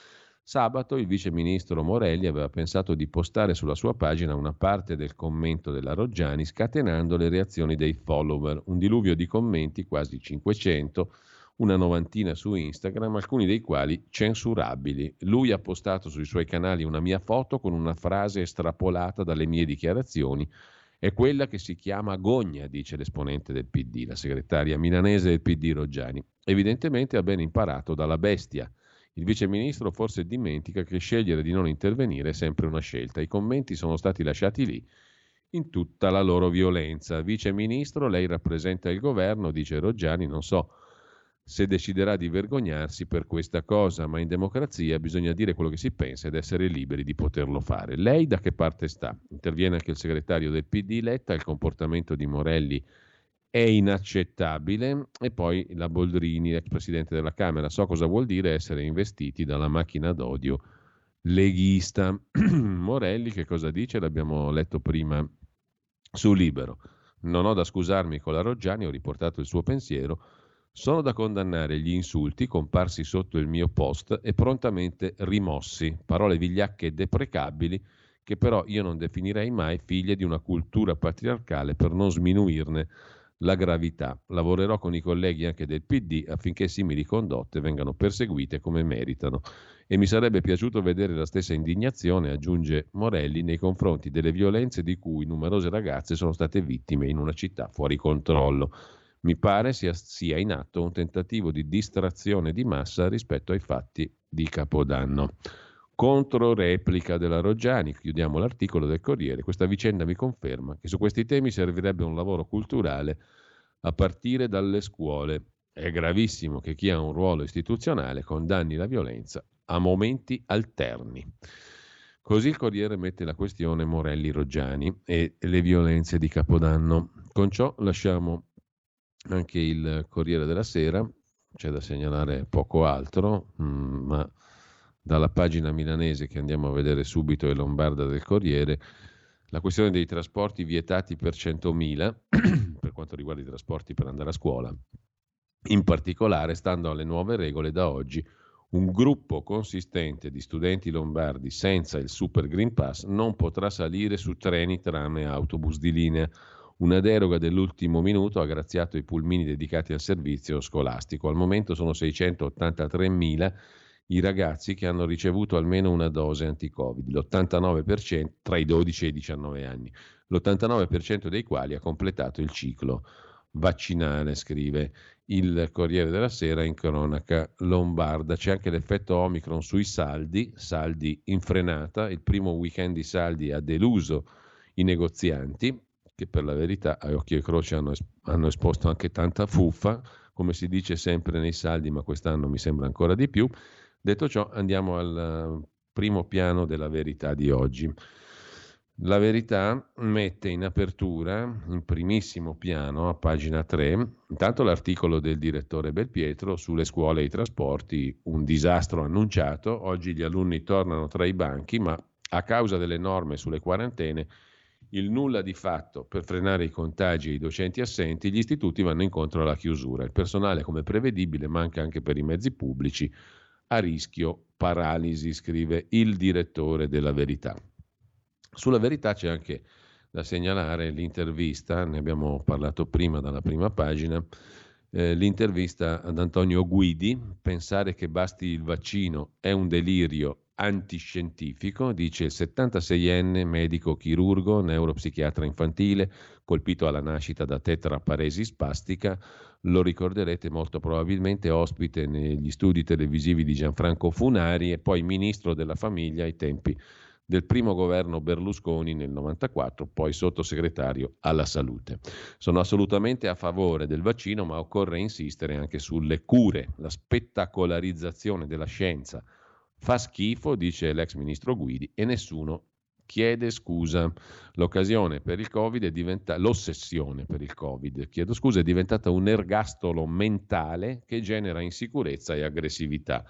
Sabato il vice ministro Morelli aveva pensato di postare sulla sua pagina una parte del commento della Roggiani, scatenando le reazioni dei follower. Un diluvio di commenti, quasi cinquecento, una novantina su Instagram, alcuni dei quali censurabili. Lui ha postato sui suoi canali una mia foto con una frase estrapolata dalle mie dichiarazioni. È quella che si chiama agonia, dice l'esponente del P D, la segretaria milanese del P D Roggiani. Evidentemente ha ben imparato dalla bestia. Il viceministro forse dimentica che scegliere di non intervenire è sempre una scelta. I commenti sono stati lasciati lì in tutta la loro violenza. Viceministro, lei rappresenta il governo, dice Roggiani, non so se deciderà di vergognarsi per questa cosa, ma in democrazia bisogna dire quello che si pensa ed essere liberi di poterlo fare. Lei da che parte sta? Interviene anche il segretario del P D Letta, il comportamento di Morelli è inaccettabile, e poi la Boldrini, ex presidente della Camera, so cosa vuol dire essere investiti dalla macchina d'odio leghista. Morelli che cosa dice? L'abbiamo letto prima su Libero. Non ho da scusarmi con la Roggiani, ho riportato il suo pensiero, sono da condannare gli insulti comparsi sotto il mio post e prontamente rimossi, parole vigliacche e deprecabili che però io non definirei mai figlie di una cultura patriarcale per non sminuirne la gravità. Lavorerò con i colleghi anche del P D affinché simili condotte vengano perseguite come meritano e mi sarebbe piaciuto vedere la stessa indignazione, aggiunge Morelli, nei confronti delle violenze di cui numerose ragazze sono state vittime in una città fuori controllo. Mi pare sia, sia in atto un tentativo di distrazione di massa rispetto ai fatti di Capodanno. Contro replica della Roggiani, chiudiamo l'articolo del Corriere, questa vicenda mi conferma che su questi temi servirebbe un lavoro culturale a partire dalle scuole. È gravissimo che chi ha un ruolo istituzionale condanni la violenza a momenti alterni. Così il Corriere mette la questione Morelli-Roggiani e le violenze di Capodanno. Con ciò lasciamo anche il Corriere della Sera, c'è da segnalare poco altro, ma dalla pagina milanese che andiamo a vedere subito e lombarda del Corriere, la questione dei trasporti vietati per centomila, per quanto riguarda i trasporti per andare a scuola. In particolare, stando alle nuove regole da oggi, un gruppo consistente di studenti lombardi senza il Super Green Pass non potrà salire su treni, tram e autobus di linea. Una deroga dell'ultimo minuto ha graziato i pulmini dedicati al servizio scolastico. Al momento sono seicentottantatremila i ragazzi che hanno ricevuto almeno una dose anti-Covid, l'ottantanove per cento tra i dodici e i diciannove anni, l'ottantanove per cento dei quali ha completato il ciclo vaccinale, scrive il Corriere della Sera in cronaca lombarda. C'è anche l'effetto Omicron sui saldi, saldi in frenata, il primo weekend di saldi ha deluso i negozianti, che per la verità a occhio e croce hanno, es- hanno esposto anche tanta fuffa, come si dice sempre nei saldi, ma quest'anno mi sembra ancora di più. Detto ciò, andiamo al primo piano della Verità di oggi. La Verità mette in apertura, in primissimo piano, a pagina tre, intanto l'articolo del direttore Belpietro sulle scuole e i trasporti, un disastro annunciato. Oggi gli alunni tornano tra i banchi, ma a causa delle norme sulle quarantene, il nulla di fatto per frenare i contagi e i docenti assenti, gli istituti vanno incontro alla chiusura. Il personale, come prevedibile, manca anche per i mezzi pubblici, a rischio paralisi, scrive il direttore della Verità. Sulla Verità c'è anche da segnalare l'intervista, ne abbiamo parlato prima dalla prima pagina, eh, l'intervista ad Antonio Guidi. Pensare che basti il vaccino è un delirio antiscientifico, dice il settantaseienne medico chirurgo, neuropsichiatra infantile, colpito alla nascita da tetraparesi spastica. Lo ricorderete molto probabilmente ospite negli studi televisivi di Gianfranco Funari e poi ministro della famiglia ai tempi del primo governo Berlusconi nel novantaquattro, poi sottosegretario alla salute. Sono assolutamente a favore del vaccino, ma occorre insistere anche sulle cure. La spettacolarizzazione della scienza fa schifo, dice l'ex ministro Guidi, e nessuno chiede scusa. L'occasione per il Covid è diventata, l'ossessione per il Covid, chiedo scusa, è diventata un ergastolo mentale che genera insicurezza e aggressività.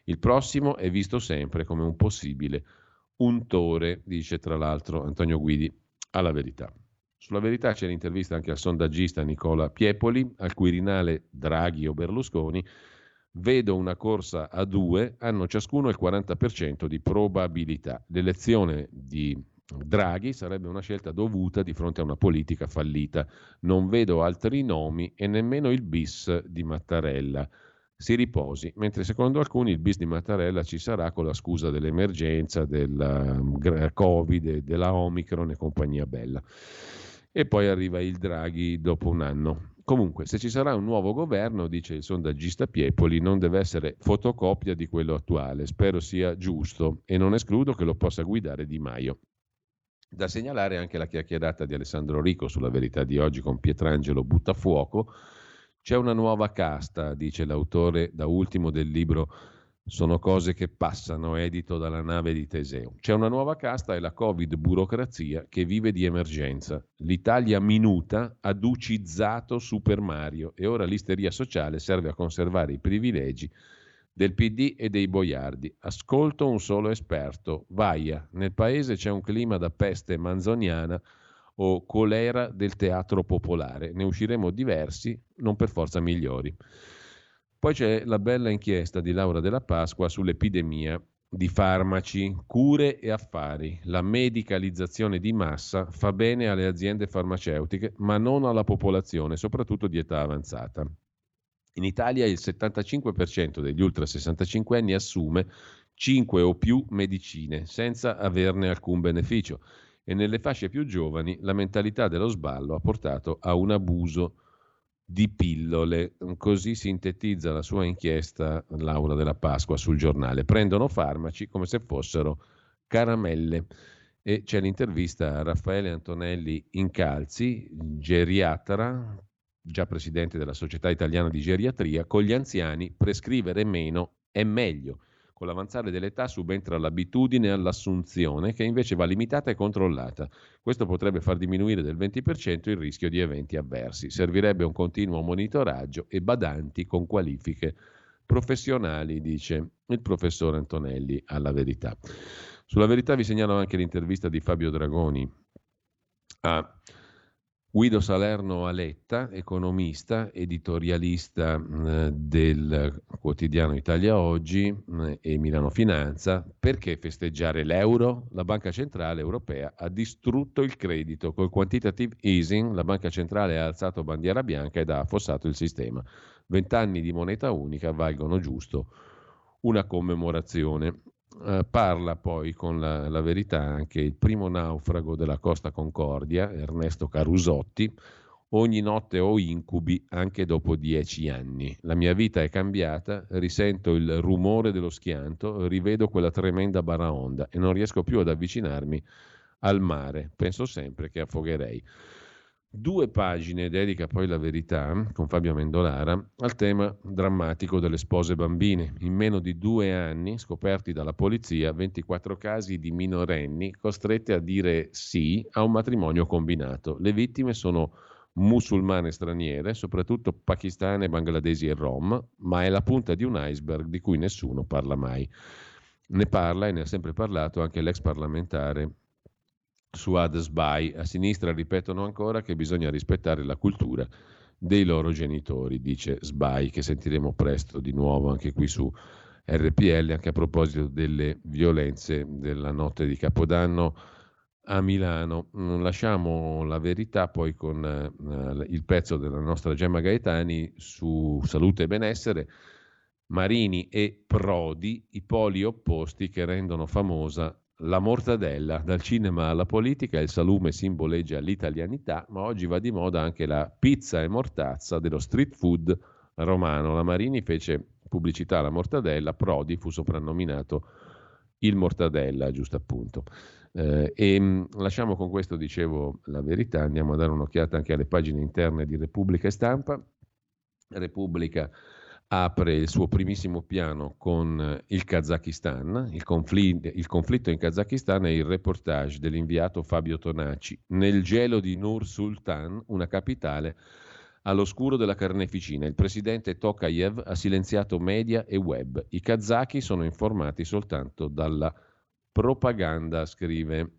Il prossimo è visto sempre come un possibile untore, dice tra l'altro Antonio Guidi alla Verità. Sulla Verità c'è l'intervista anche al sondaggista Nicola Piepoli, al Quirinale Draghi o Berlusconi. Vedo una corsa a due, hanno ciascuno il quaranta per cento di probabilità. L'elezione di Draghi sarebbe una scelta dovuta di fronte a una politica fallita. Non vedo altri nomi e nemmeno il bis di Mattarella. Si riposi, mentre secondo alcuni il bis di Mattarella ci sarà con la scusa dell'emergenza, della Covid, della Omicron e compagnia bella. E poi arriva il Draghi dopo un anno. Comunque, se ci sarà un nuovo governo, dice il sondaggista Piepoli, non deve essere fotocopia di quello attuale. Spero sia giusto e non escludo che lo possa guidare Di Maio. Da segnalare anche la chiacchierata di Alessandro Rico sulla Verità di oggi con Pietrangelo Buttafuoco. C'è una nuova casta, dice l'autore da ultimo del libro Sono cose che passano, edito dalla nave di Teseo. C'è una nuova casta e la Covid burocrazia che vive di emergenza. L'Italia minuta ha ducizzato Super Mario e ora l'isteria sociale serve a conservare i privilegi del P D e dei boiardi. Ascolto un solo esperto. Vaia, nel paese c'è un clima da peste manzoniana o colera del teatro popolare. Ne usciremo diversi, non per forza migliori. Poi c'è la bella inchiesta di Laura Della Pasqua sull'epidemia di farmaci, cure e affari. La medicalizzazione di massa fa bene alle aziende farmaceutiche, ma non alla popolazione, soprattutto di età avanzata. In Italia il settantacinque per cento degli ultra sessantacinque anni assume cinque o più medicine senza averne alcun beneficio e nelle fasce più giovani la mentalità dello sballo ha portato a un abuso di pillole. Così sintetizza la sua inchiesta Laura Della Pasqua sul Giornale. Prendono farmaci come se fossero caramelle. E c'è l'intervista a Raffaele Antonelli Incalzi, geriatra, già presidente della Società Italiana di Geriatria. Con gli anziani prescrivere meno è meglio. Con l'avanzare dell'età subentra l'abitudine all'assunzione che invece va limitata e controllata. Questo potrebbe far diminuire del venti per cento il rischio di eventi avversi. Servirebbe un continuo monitoraggio e badanti con qualifiche professionali, dice il professor Antonelli alla Verità. Sulla Verità vi segnalo anche l'intervista di Fabio Dragoni a Guido Salerno Aletta, economista, editorialista eh, del quotidiano Italia Oggi eh, e Milano Finanza. Perché festeggiare l'euro? La Banca Centrale Europea ha distrutto il credito. Col quantitative easing la Banca Centrale ha alzato bandiera bianca ed ha affossato il sistema. Vent'anni di moneta unica valgono giusto una commemorazione. Uh, parla poi con la, la Verità anche il primo naufrago della Costa Concordia, Ernesto Carusotti. Ogni notte ho incubi anche dopo dieci anni. La mia vita è cambiata, risento il rumore dello schianto, rivedo quella tremenda baraonda e non riesco più ad avvicinarmi al mare. Penso sempre che affogherei. Due pagine dedica poi la Verità, con Fabio Amendolara, al tema drammatico delle spose bambine. In meno di due anni, scoperti dalla polizia, ventiquattro casi di minorenni costrette a dire sì a un matrimonio combinato. Le vittime sono musulmane straniere, soprattutto pakistane, bangladesi e rom, ma è la punta di un iceberg di cui nessuno parla mai. Ne parla e ne ha sempre parlato anche l'ex parlamentare Suad Sbai. A sinistra ripetono ancora che bisogna rispettare la cultura dei loro genitori, dice Sbai, che sentiremo presto di nuovo anche qui su R P L, anche a proposito delle violenze della notte di Capodanno a Milano. Lasciamo la Verità poi con uh, il pezzo della nostra Gemma Gaetani su salute e benessere. Marini e Prodi, i poli opposti che rendono famosa la mortadella. Dal cinema alla politica il salume simboleggia l'italianità, ma oggi va di moda anche la pizza e mortazza dello street food romano. La Marini fece pubblicità alla mortadella, Prodi fu soprannominato il mortadella, giusto appunto. Eh, e mh, lasciamo con questo, dicevo, la Verità. Andiamo a dare un'occhiata anche alle pagine interne di Repubblica e Stampa. Repubblica apre il suo primissimo piano con il Kazakistan, il conflitto, il conflitto in Kazakistan e il reportage dell'inviato Fabio Tonacci. Nel gelo di Nur Sultan, una capitale all'oscuro della carneficina. Il presidente Tokayev ha silenziato media e web. I kazaki sono informati soltanto dalla propaganda, scrive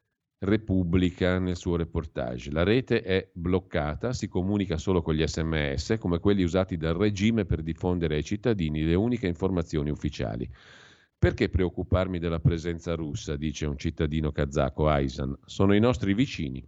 Repubblica nel suo reportage. La rete è bloccata, si comunica solo con gli sms, come quelli usati dal regime per diffondere ai cittadini le uniche informazioni ufficiali. Perché preoccuparmi della presenza russa, dice un cittadino kazako, Aisan. Sono i nostri vicini.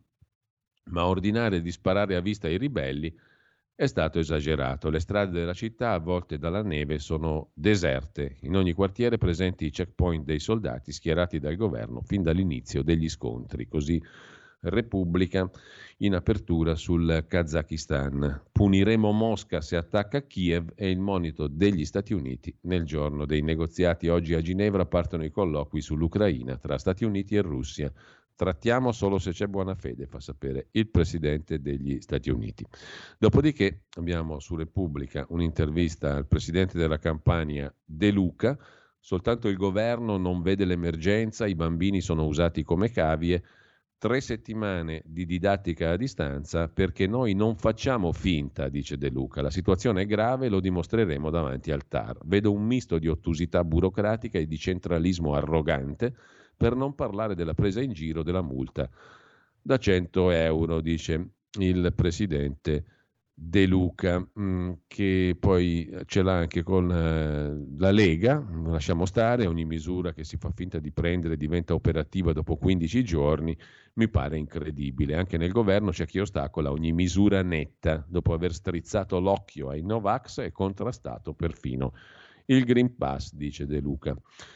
Ma ordinare di sparare a vista ai ribelli è stato esagerato. Le strade della città, avvolte dalla neve, sono deserte. In ogni quartiere presenti i checkpoint dei soldati schierati dal governo fin dall'inizio degli scontri. Così Repubblica in apertura sul Kazakistan. Puniremo Mosca se attacca Kiev è il monito degli Stati Uniti nel giorno dei negoziati. Oggi a Ginevra partono i colloqui sull'Ucraina tra Stati Uniti e Russia. Trattiamo solo se c'è buona fede, fa sapere il presidente degli Stati Uniti. Dopodiché abbiamo su Repubblica un'intervista al presidente della Campania, De Luca. Soltanto il governo non vede l'emergenza, i bambini sono usati come cavie. Tre settimane di didattica a distanza perché noi non facciamo finta, dice De Luca. La situazione è grave, lo dimostreremo davanti al T A R. Vedo un misto di ottusità burocratica e di centralismo arrogante, per non parlare della presa in giro della multa da cento euro, dice il presidente De Luca, mh, che poi ce l'ha anche con eh, la Lega. Lasciamo stare, ogni misura che si fa finta di prendere diventa operativa dopo quindici giorni, mi pare incredibile. Anche nel governo c'è chi ostacola ogni misura netta, dopo aver strizzato l'occhio ai Novax e contrastato perfino il Green Pass, dice De Luca.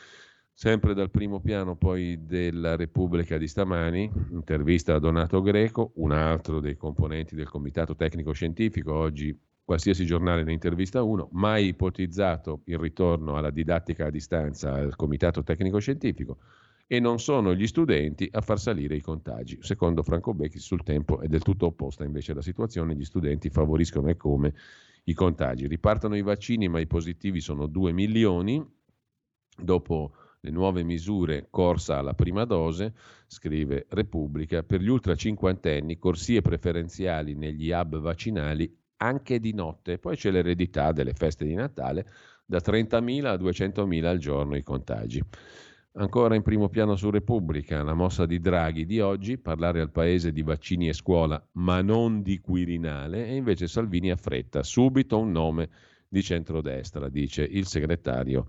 Sempre dal primo piano poi della Repubblica di stamani, intervista a Donato Greco, un altro dei componenti del Comitato Tecnico Scientifico. Oggi qualsiasi giornale ne intervista uno. Mai ipotizzato il ritorno alla didattica a distanza al Comitato Tecnico Scientifico e non sono gli studenti a far salire i contagi. Secondo Franco Becchi sul Tempo è del tutto opposta invece la situazione, gli studenti favoriscono e come i contagi. Ripartono i vaccini ma i positivi sono due milioni, dopo le nuove misure, corsa alla prima dose, scrive Repubblica, per gli ultra cinquantenni, corsie preferenziali negli hub vaccinali anche di notte. Poi c'è l'eredità delle feste di Natale, da trentamila a duecentomila al giorno i contagi. Ancora in primo piano su Repubblica, la mossa di Draghi di oggi, parlare al paese di vaccini e scuola, ma non di Quirinale, e invece Salvini affretta, subito un nome di centrodestra, dice il segretario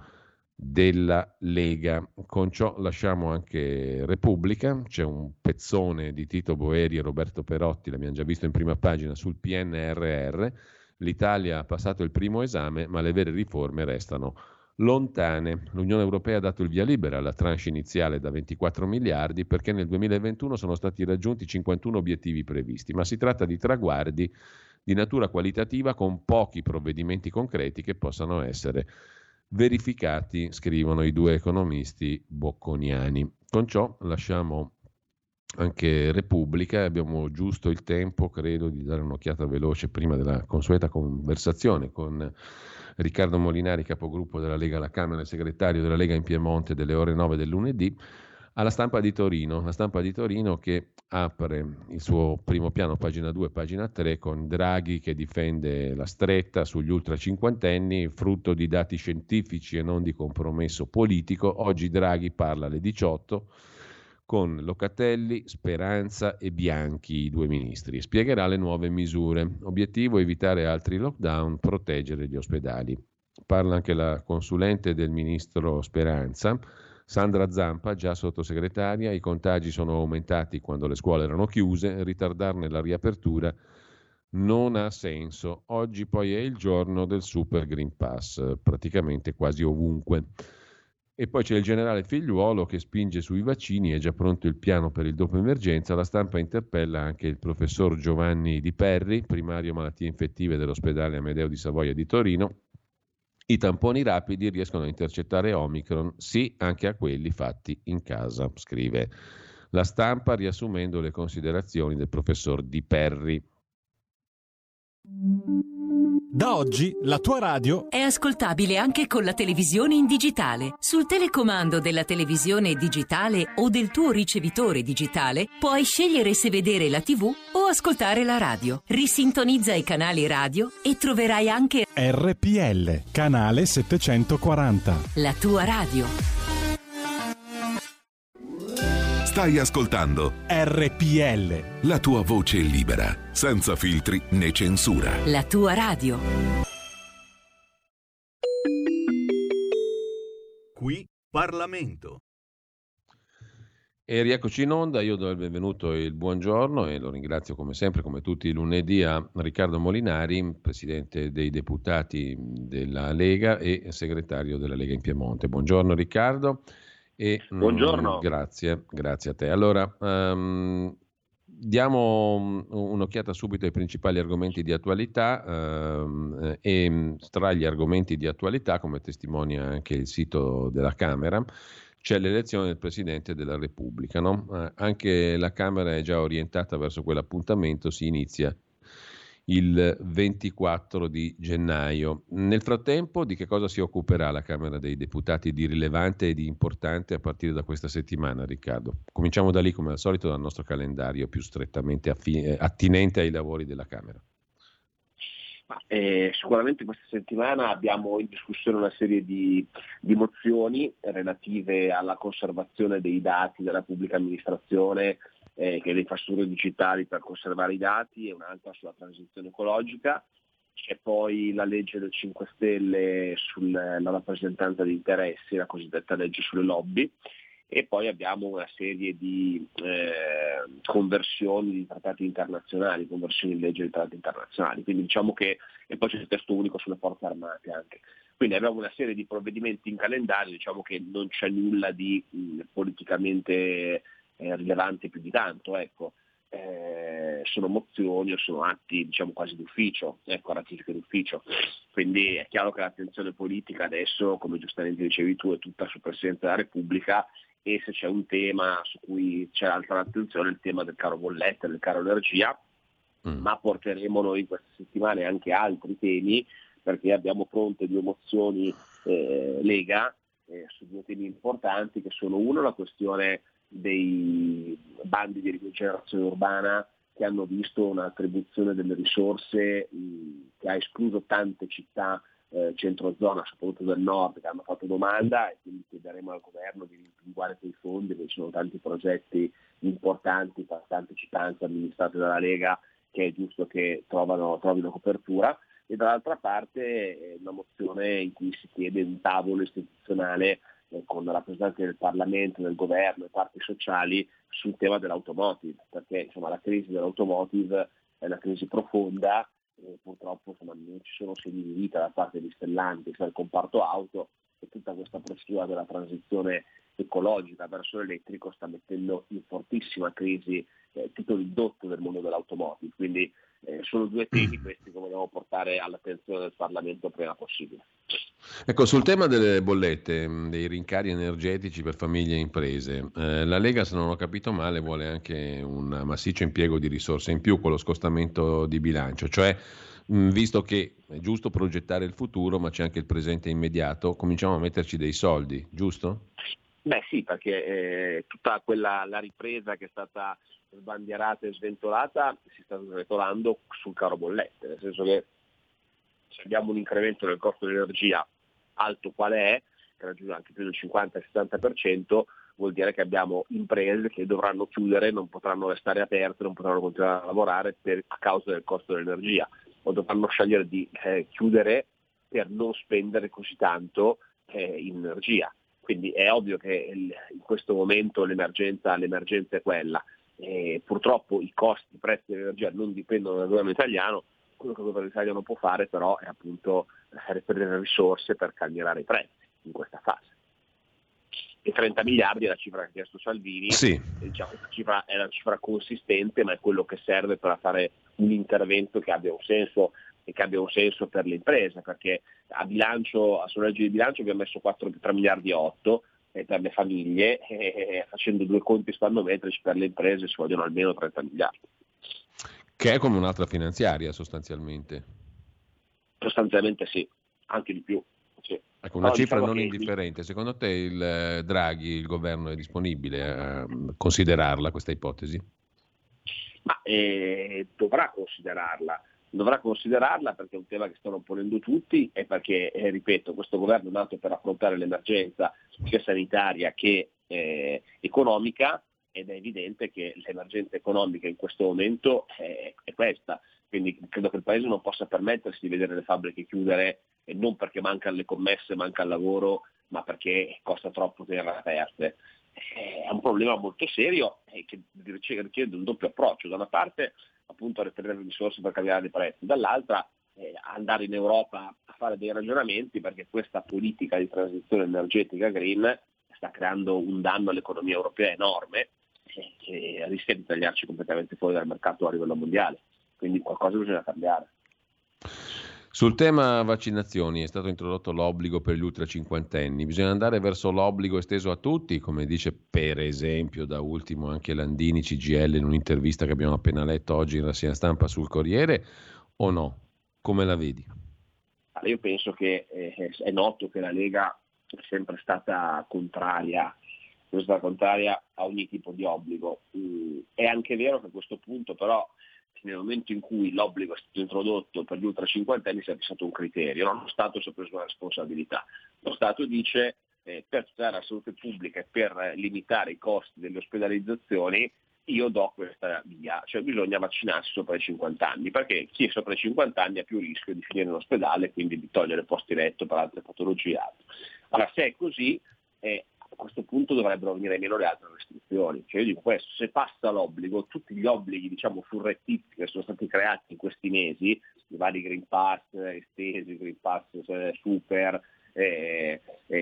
della Lega. Con ciò lasciamo anche Repubblica, c'è un pezzone di Tito Boeri e Roberto Perotti, l'abbiamo già visto in prima pagina, sul P N R R. L'Italia ha passato il primo esame, ma le vere riforme restano lontane. L'Unione Europea ha dato il via libera alla tranche iniziale da ventiquattro miliardi perché nel duemilaventuno sono stati raggiunti cinquantuno obiettivi previsti, ma si tratta di traguardi di natura qualitativa con pochi provvedimenti concreti che possano essere verificati, scrivono i due economisti bocconiani. Con ciò lasciamo anche Repubblica, abbiamo giusto il tempo, credo, di dare un'occhiata veloce prima della consueta conversazione con Riccardo Molinari, capogruppo della Lega alla Camera e segretario della Lega in Piemonte, delle ore nove del lunedì, alla Stampa di Torino. La Stampa di Torino che apre il suo primo piano, pagina due, pagina tre, con Draghi che difende la stretta sugli ultra cinquantenni, frutto di dati scientifici e non di compromesso politico. Oggi Draghi parla alle diciotto con Locatelli, Speranza e Bianchi, i due ministri. Spiegherà le nuove misure. Obiettivo: evitare altri lockdown, proteggere gli ospedali. Parla anche la consulente del ministro Speranza, Sandra Zampa, già sottosegretaria. I contagi sono aumentati quando le scuole erano chiuse, ritardarne la riapertura non ha senso. Oggi poi è il giorno del Super Green Pass, praticamente quasi ovunque. E poi c'è il generale Figliuolo che spinge sui vaccini, è già pronto il piano per il dopo emergenza. La Stampa interpella anche il professor Giovanni Di Perri, primario malattie infettive dell'ospedale Amedeo di Savoia di Torino. I tamponi rapidi riescono a intercettare Omicron, sì, anche a quelli fatti in casa, scrive la Stampa, riassumendo le considerazioni del professor Di Perri. Da oggi la tua radio è ascoltabile anche con la televisione in digitale. Sul telecomando della televisione digitale o del tuo ricevitore digitale puoi scegliere se vedere la tivù o ascoltare la radio. Risintonizza i canali radio e troverai anche R P L, canale settecentoquaranta. la tua radio. Stai ascoltando R P L, la tua voce libera, senza filtri né censura. La tua radio. Qui Parlamento. E rieccoci in onda, io do il benvenuto e il buongiorno e lo ringrazio come sempre, come tutti i lunedì, a Riccardo Molinari, presidente dei deputati della Lega e segretario della Lega in Piemonte. Buongiorno Riccardo. E, buongiorno. Mh, grazie, grazie a te. Allora, um, diamo un'occhiata subito ai principali argomenti di attualità um, e tra gli argomenti di attualità, come testimonia anche il sito della Camera, c'è l'elezione del Presidente della Repubblica, no? Eh, anche la Camera è già orientata verso quell'appuntamento, si inizia il ventiquattro di gennaio. Nel frattempo, di che cosa si occuperà la Camera dei Deputati di rilevante e di importante a partire da questa settimana, Riccardo? Cominciamo da lì, come al solito, dal nostro calendario più strettamente affi- attinente ai lavori della Camera. Ma, eh, sicuramente questa settimana abbiamo in discussione una serie di, di mozioni relative alla conservazione dei dati della pubblica amministrazione, eh, che le infrastrutture digitali per conservare i dati, e un'altra sulla transizione ecologica. C'è poi la legge del cinque Stelle sulla rappresentanza di interessi, la cosiddetta legge sulle lobby. E poi abbiamo una serie di eh, conversioni di trattati internazionali, conversioni in legge di trattati internazionali, quindi diciamo che, e poi c'è il testo unico sulle forze armate anche. Quindi abbiamo una serie di provvedimenti in calendario, diciamo che non c'è nulla di mh, politicamente eh, rilevante più di tanto, ecco. Eh, sono mozioni o sono atti, diciamo, quasi d'ufficio, ecco, ratifiche d'ufficio. Quindi è chiaro che l'attenzione politica adesso, come giustamente dicevi tu, è tutta sul Presidente della Repubblica, e se c'è un tema su cui c'è altra attenzione è il tema del caro bollette, del caro energia, mm. ma porteremo noi in queste settimane anche altri temi, perché abbiamo pronte due mozioni eh, Lega eh, su due temi importanti, che sono uno la questione dei bandi di rigenerazione urbana, che hanno visto un'attribuzione delle risorse mh, che ha escluso tante città eh, centro-zona, soprattutto del nord, che hanno fatto domanda, e quindi chiederemo al governo di rimpinguare quei fondi, perché ci sono tanti progetti importanti per tante città anche amministrate dalla Lega, che è giusto che trovano, trovino copertura. E dall'altra parte è una mozione in cui si chiede un tavolo istituzionale eh, con rappresentanti del Parlamento, del governo e parti sociali sul tema dell'automotive, perché insomma la crisi dell'automotive è una crisi profonda. Eh, purtroppo insomma, non ci sono segni di vita da parte di Stellantis, cioè il comparto auto, e tutta questa procedura della transizione ecologica verso l'elettrico sta mettendo in fortissima crisi eh, tutto l'indotto del mondo dell'automotive. Quindi eh, sono due temi questi che vogliamo portare all'attenzione del Parlamento prima possibile. Ecco, sul tema delle bollette, dei rincari energetici per famiglie e imprese, eh, la Lega, se non ho capito male, vuole anche un massiccio impiego di risorse in più con lo scostamento di bilancio, cioè mh, visto che è giusto progettare il futuro, ma c'è anche il presente immediato, cominciamo a metterci dei soldi, giusto? Beh sì, perché eh, tutta quella la ripresa che è stata sbandierata e sventolata si sta sventolando sul caro bollette, nel senso che se abbiamo un incremento del costo dell'energia alto quale è, che raggiunge anche più del cinquanta sessanta per cento, vuol dire che abbiamo imprese che dovranno chiudere, non potranno restare aperte, non potranno continuare a lavorare per, a causa del costo dell'energia, o dovranno scegliere di eh, chiudere per non spendere così tanto eh, in energia. Quindi è ovvio che il, in questo momento l'emergenza, l'emergenza è quella. E purtroppo i costi, i prezzi dell'energia non dipendono dal governo italiano. Quello che il governo italiano può fare però è appunto reperire risorse per calmierare i prezzi in questa fase. E trenta miliardi è la cifra che ha chiesto Salvini, sì. Diciamo, la cifra è una cifra consistente, ma è quello che serve per fare un intervento che abbia un senso e che abbia un senso per le imprese, perché a bilancio, a sulla legge di bilancio abbiamo messo quattro, tre miliardi e otto eh, per le famiglie, e facendo due conti spannometrici per le imprese ci vogliono almeno trenta miliardi. Che è come un'altra finanziaria sostanzialmente. Sostanzialmente sì, anche di più. Sì. Ecco, una no, cifra diciamo non che... indifferente. Secondo te il Draghi, il governo, è disponibile a considerarla questa ipotesi? ma eh, dovrà considerarla. Dovrà considerarla perché è un tema che stanno ponendo tutti e perché, eh, ripeto, questo governo è nato per affrontare l'emergenza sia sanitaria che eh, economica, ed è evidente che l'emergenza economica in questo momento è, è questa. Quindi credo che il Paese non possa permettersi di vedere le fabbriche chiudere, e non perché mancano le commesse, manca il lavoro, ma perché costa troppo tenerle aperte. È un problema molto serio e che richiede un doppio approccio. Da una parte appunto a reperire risorse per cambiare i prezzi, dall'altra eh, andare in Europa a fare dei ragionamenti, perché questa politica di transizione energetica green sta creando un danno all'economia europea enorme eh, che rischia di tagliarci completamente fuori dal mercato a livello mondiale. Quindi qualcosa bisogna cambiare. Sul tema vaccinazioni è stato introdotto l'obbligo per gli ultracinquantenni. Bisogna andare verso l'obbligo esteso a tutti, come dice per esempio da ultimo anche Landini C G I L in un'intervista che abbiamo appena letto oggi in rassegna stampa sul Corriere, o no? Come la vedi? Io penso che eh, è noto che la Lega è sempre stata contraria, è stata contraria a ogni tipo di obbligo. Mm, è anche vero che a questo punto però nel momento in cui l'obbligo è stato introdotto per gli ultracinquantenni si è fissato un criterio, no? Lo Stato si è preso una responsabilità. Lo Stato dice eh, per tutelare la salute pubblica e per limitare i costi delle ospedalizzazioni io do questa via, cioè bisogna vaccinarsi sopra i cinquanta anni, perché chi è sopra i cinquanta anni ha più rischio di finire in ospedale e quindi di togliere posti letto per altre patologie. Allora se è così, eh, a questo punto dovrebbero venire meno le altre restrizioni. Cioè io dico questo, se passa l'obbligo, tutti gli obblighi diciamo surrettizi che sono stati creati in questi mesi, i vari Green Pass estesi, Green Pass super, eh,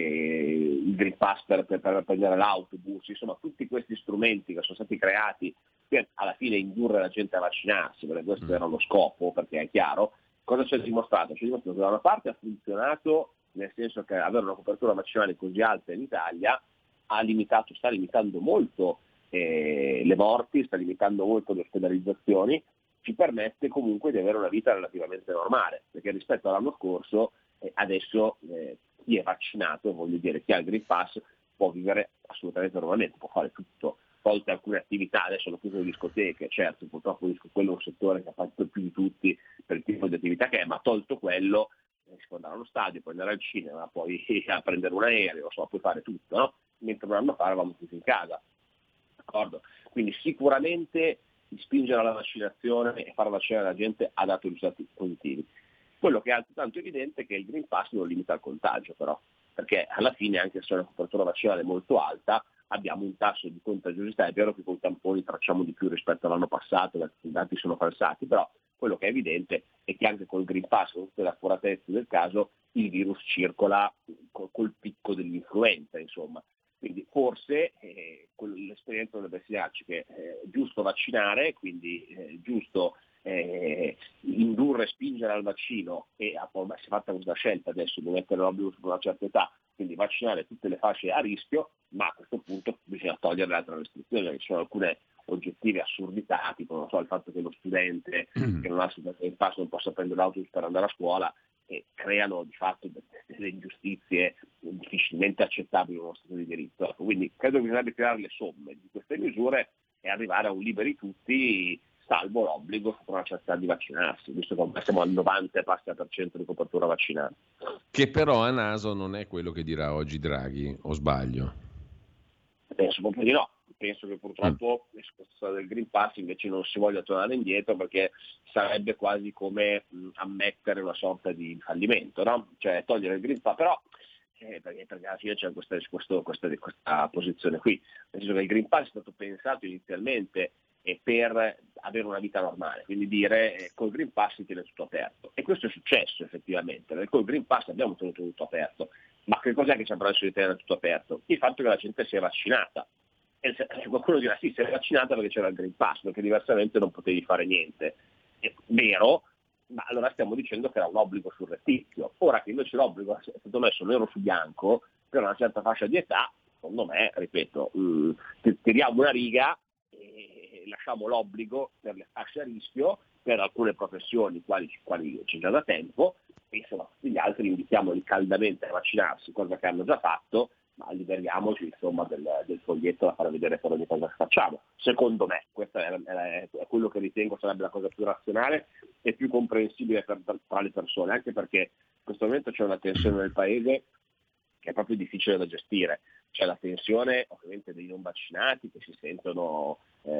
eh, il Green Pass per, per, per prendere l'autobus, insomma tutti questi strumenti che sono stati creati per alla fine indurre la gente a vaccinarsi, perché questo era lo scopo, perché è chiaro, cosa ci è dimostrato? Ci è dimostrato che da una parte ha funzionato, nel senso che avere una copertura vaccinale così alta in Italia ha limitato, sta limitando molto eh, le morti, sta limitando molto le ospedalizzazioni, ci permette comunque di avere una vita relativamente normale, perché rispetto all'anno scorso eh, adesso eh, chi è vaccinato, voglio dire chi ha il Green Pass, può vivere assolutamente normalmente, può fare tutto, tolte alcune attività, adesso sono chiuse le discoteche, certo purtroppo quello è un settore che ha fatto più di tutti per il tipo di attività che è, ma tolto quello si può andare allo stadio, puoi andare al cinema, poi a prendere un aereo, so, puoi fare tutto, no? Mentre un anno fa eravamo tutti in casa, d'accordo? Quindi sicuramente spingere alla vaccinazione e far vaccinare la gente ha dato risultati positivi. Quello che è altrettanto evidente è che il Green Pass non limita il contagio però, perché alla fine anche se è una copertura vaccinale molto alta abbiamo un tasso di contagiosità, è vero che con i tamponi tracciamo di più rispetto all'anno passato, perché i dati sono falsati, però quello che è evidente è che anche col Green Pass, con tutte le accuratezze del caso, il virus circola col, col picco dell'influenza, insomma. Quindi forse eh, l'esperienza dovrebbe insegnarci che è giusto vaccinare, quindi è giusto eh, indurre, spingere al vaccino, e a, si è fatta questa scelta adesso di mettere l'obbligo su una certa età, quindi vaccinare tutte le fasce a rischio, ma a questo punto bisogna togliere le altre restrizioni, perché ci sono alcune oggettive assurdità, tipo non so, il fatto che lo studente che non ha il pass non possa prendere l'autobus per andare a scuola, e creano di fatto delle ingiustizie difficilmente accettabili in uno Stato di diritto. Quindi credo che bisognerebbe tirare le somme di queste misure e arrivare a un liberi tutti, salvo l'obbligo per una certa età di vaccinarsi, visto che ormai siamo al novanta per cento di copertura vaccinale. Che però a naso non è quello che dirà oggi Draghi, o sbaglio? Penso proprio di no. Penso che purtroppo mm. questa storia del Green Pass invece non si voglia tornare indietro, perché sarebbe quasi come mh, ammettere una sorta di fallimento, no? Cioè togliere il Green Pass, però eh, perché, perché alla fine c'è questa, questo, questa, questa posizione qui, nel senso che il Green Pass è stato pensato inizialmente eh, per avere una vita normale, quindi dire eh, col Green Pass si tiene tutto aperto, e questo è successo effettivamente, perché col Green Pass abbiamo tenuto tutto aperto, ma che cos'è che ci ha permesso di tenere tutto aperto? Il fatto che la gente si è vaccinata. E qualcuno dirà sì, sei vaccinata perché c'era il Green Pass, perché diversamente non potevi fare niente. È vero, ma allora stiamo dicendo che era un obbligo surrettizio. Ora che invece l'obbligo è stato messo nero su bianco per una certa fascia di età, secondo me, ripeto, mh, tiriamo una riga e lasciamo l'obbligo per le fasce a rischio, per alcune professioni quali, quali c'è già da tempo, e insomma tutti gli altri invitiamoli caldamente a vaccinarsi, cosa che hanno già fatto, ma ma liberiamoci insomma del, del foglietto da far vedere per ogni cosa che facciamo. Secondo me, questo è, è, è quello che ritengo sarebbe la cosa più razionale e più comprensibile per, per, tra le persone, anche perché in questo momento c'è una tensione nel paese che è proprio difficile da gestire. C'è la tensione ovviamente dei non vaccinati che si sentono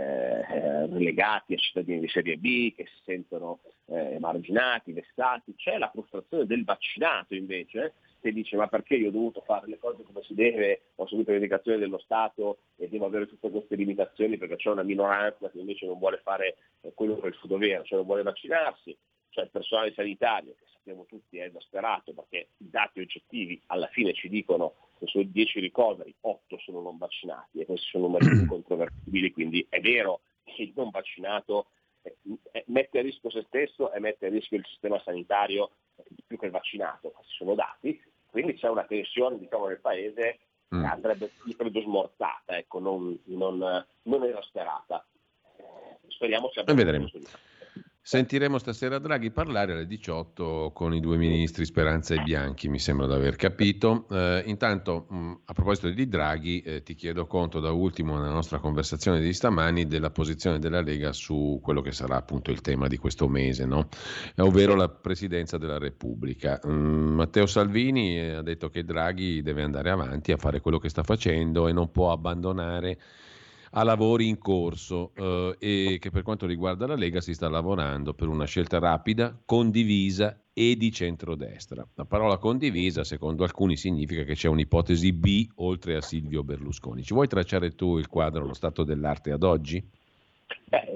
eh, relegati a cittadini di serie B, che si sentono eh, emarginati, vessati. C'è la frustrazione del vaccinato invece, che dice ma perché io ho dovuto fare le cose come si deve, ho seguito le indicazioni dello Stato e devo avere tutte queste limitazioni perché c'è una minoranza che invece non vuole fare eh, quello che è il suo dovere, cioè non vuole vaccinarsi. Cioè il personale sanitario, che sappiamo tutti è esasperato perché i dati oggettivi alla fine ci dicono che su dieci ricoveri otto sono non vaccinati e questi sono numeri incontrovertibili, quindi è vero che il non vaccinato mette a rischio se stesso e mette a rischio il sistema sanitario più che il vaccinato, questi sono dati, quindi c'è una tensione diciamo nel paese che andrebbe, io credo, smorzata, ecco, non, non, non esasperata. Speriamo sia e vedremo. Sentiremo stasera Draghi parlare alle diciotto con i due ministri Speranza e Bianchi, mi sembra di aver capito. Eh, intanto, mh, a proposito di Draghi, eh, ti chiedo conto da ultimo nella nostra conversazione di stamani della posizione della Lega su quello che sarà appunto il tema di questo mese, no? Ovvero la Presidenza della Repubblica. Mm, Matteo Salvini ha detto che Draghi deve andare avanti a fare quello che sta facendo e non può abbandonare a lavori in corso eh, e che per quanto riguarda la Lega si sta lavorando per una scelta rapida, condivisa e di centrodestra. La parola condivisa, secondo alcuni, significa che c'è un'ipotesi B oltre a Silvio Berlusconi. Ci vuoi tracciare tu il quadro, lo stato dell'arte ad oggi? Beh,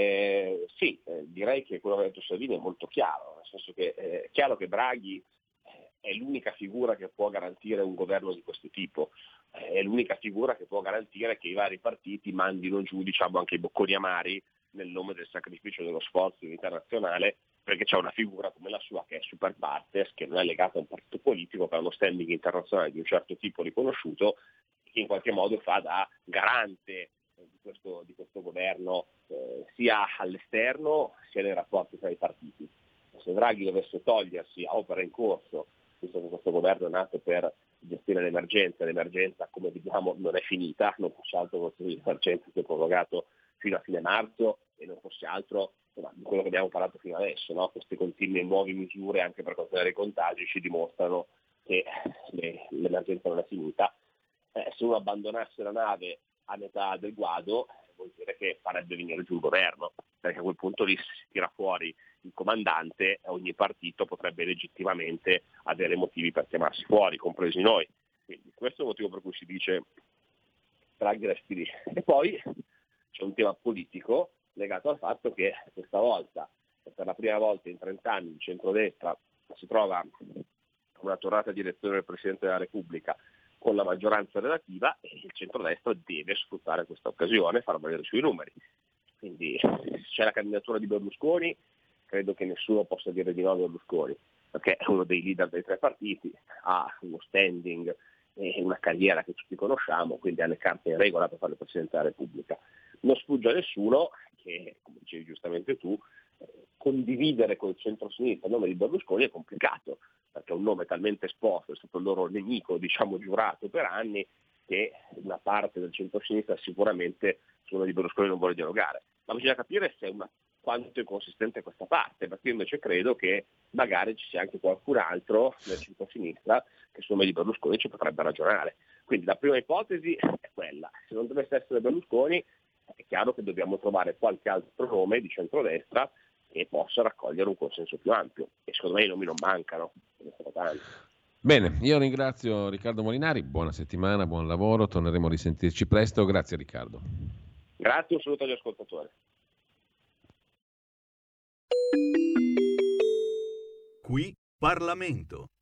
eh, sì, eh, direi che quello che ha detto Salvini è molto chiaro, nel senso che eh, è chiaro che Draghi è l'unica figura che può garantire un governo di questo tipo, è l'unica figura che può garantire che i vari partiti mandino giù diciamo anche i bocconi amari nel nome del sacrificio dello sforzo internazionale, perché c'è una figura come la sua che è super partes, che non è legata a un partito politico, che ha uno standing internazionale di un certo tipo riconosciuto, che in qualche modo fa da garante di questo, di questo governo eh, sia all'esterno sia nei rapporti tra i partiti. Se Draghi dovesse togliersi a opera in corso, visto che questo governo è nato per gestire l'emergenza, l'emergenza come vediamo non è finita, non fosse altro questo di emergenza che è prorogato fino a fine marzo e non fosse altro insomma, di quello che abbiamo parlato fino adesso, no? Queste continue nuove misure anche per contenere i contagi ci dimostrano che le, l'emergenza non è finita. Eh, se uno abbandonasse la nave a metà del guado vuol dire che farebbe venire giù il governo, perché a quel punto lì si tira fuori il comandante, ogni partito potrebbe legittimamente avere motivi per chiamarsi fuori, compresi noi. Quindi questo è il motivo per cui si dice Draghi resti lì. E poi c'è un tema politico legato al fatto che questa volta, per la prima volta in trent'anni, il centrodestra si trova una tornata di elezione del Presidente della Repubblica con la maggioranza relativa e il centrodestra deve sfruttare questa occasione e far valere i suoi numeri. Quindi se c'è la candidatura di Berlusconi, credo che nessuno possa dire di no a Berlusconi, perché è uno dei leader dei tre partiti, ha uno standing e una carriera che tutti conosciamo, quindi ha le carte in regola per fare il Presidente della Repubblica. Non sfugge a nessuno che, come dicevi giustamente tu, condividere col centro-sinistra il nome di Berlusconi è complicato, perché è un nome talmente esposto, è stato il loro nemico, diciamo, giurato per anni, che una parte del centro-sinistra sicuramente su uno di Berlusconi non vuole dialogare. Ma bisogna capire se una, quanto è consistente questa parte, perché io invece credo che magari ci sia anche qualcun altro nel centro-sinistra che sul nome di Berlusconi ci potrebbe ragionare. Quindi la prima ipotesi è quella, se non dovesse essere Berlusconi è chiaro che dobbiamo trovare qualche altro nome di centrodestra che possa raccogliere un consenso più ampio, e secondo me i nomi non mancano, ce ne sono tanti. Bene, io ringrazio Riccardo Molinari, buona settimana, buon lavoro, torneremo a risentirci presto, grazie Riccardo. Grazie, un saluto agli ascoltatori. Qui Parlamento.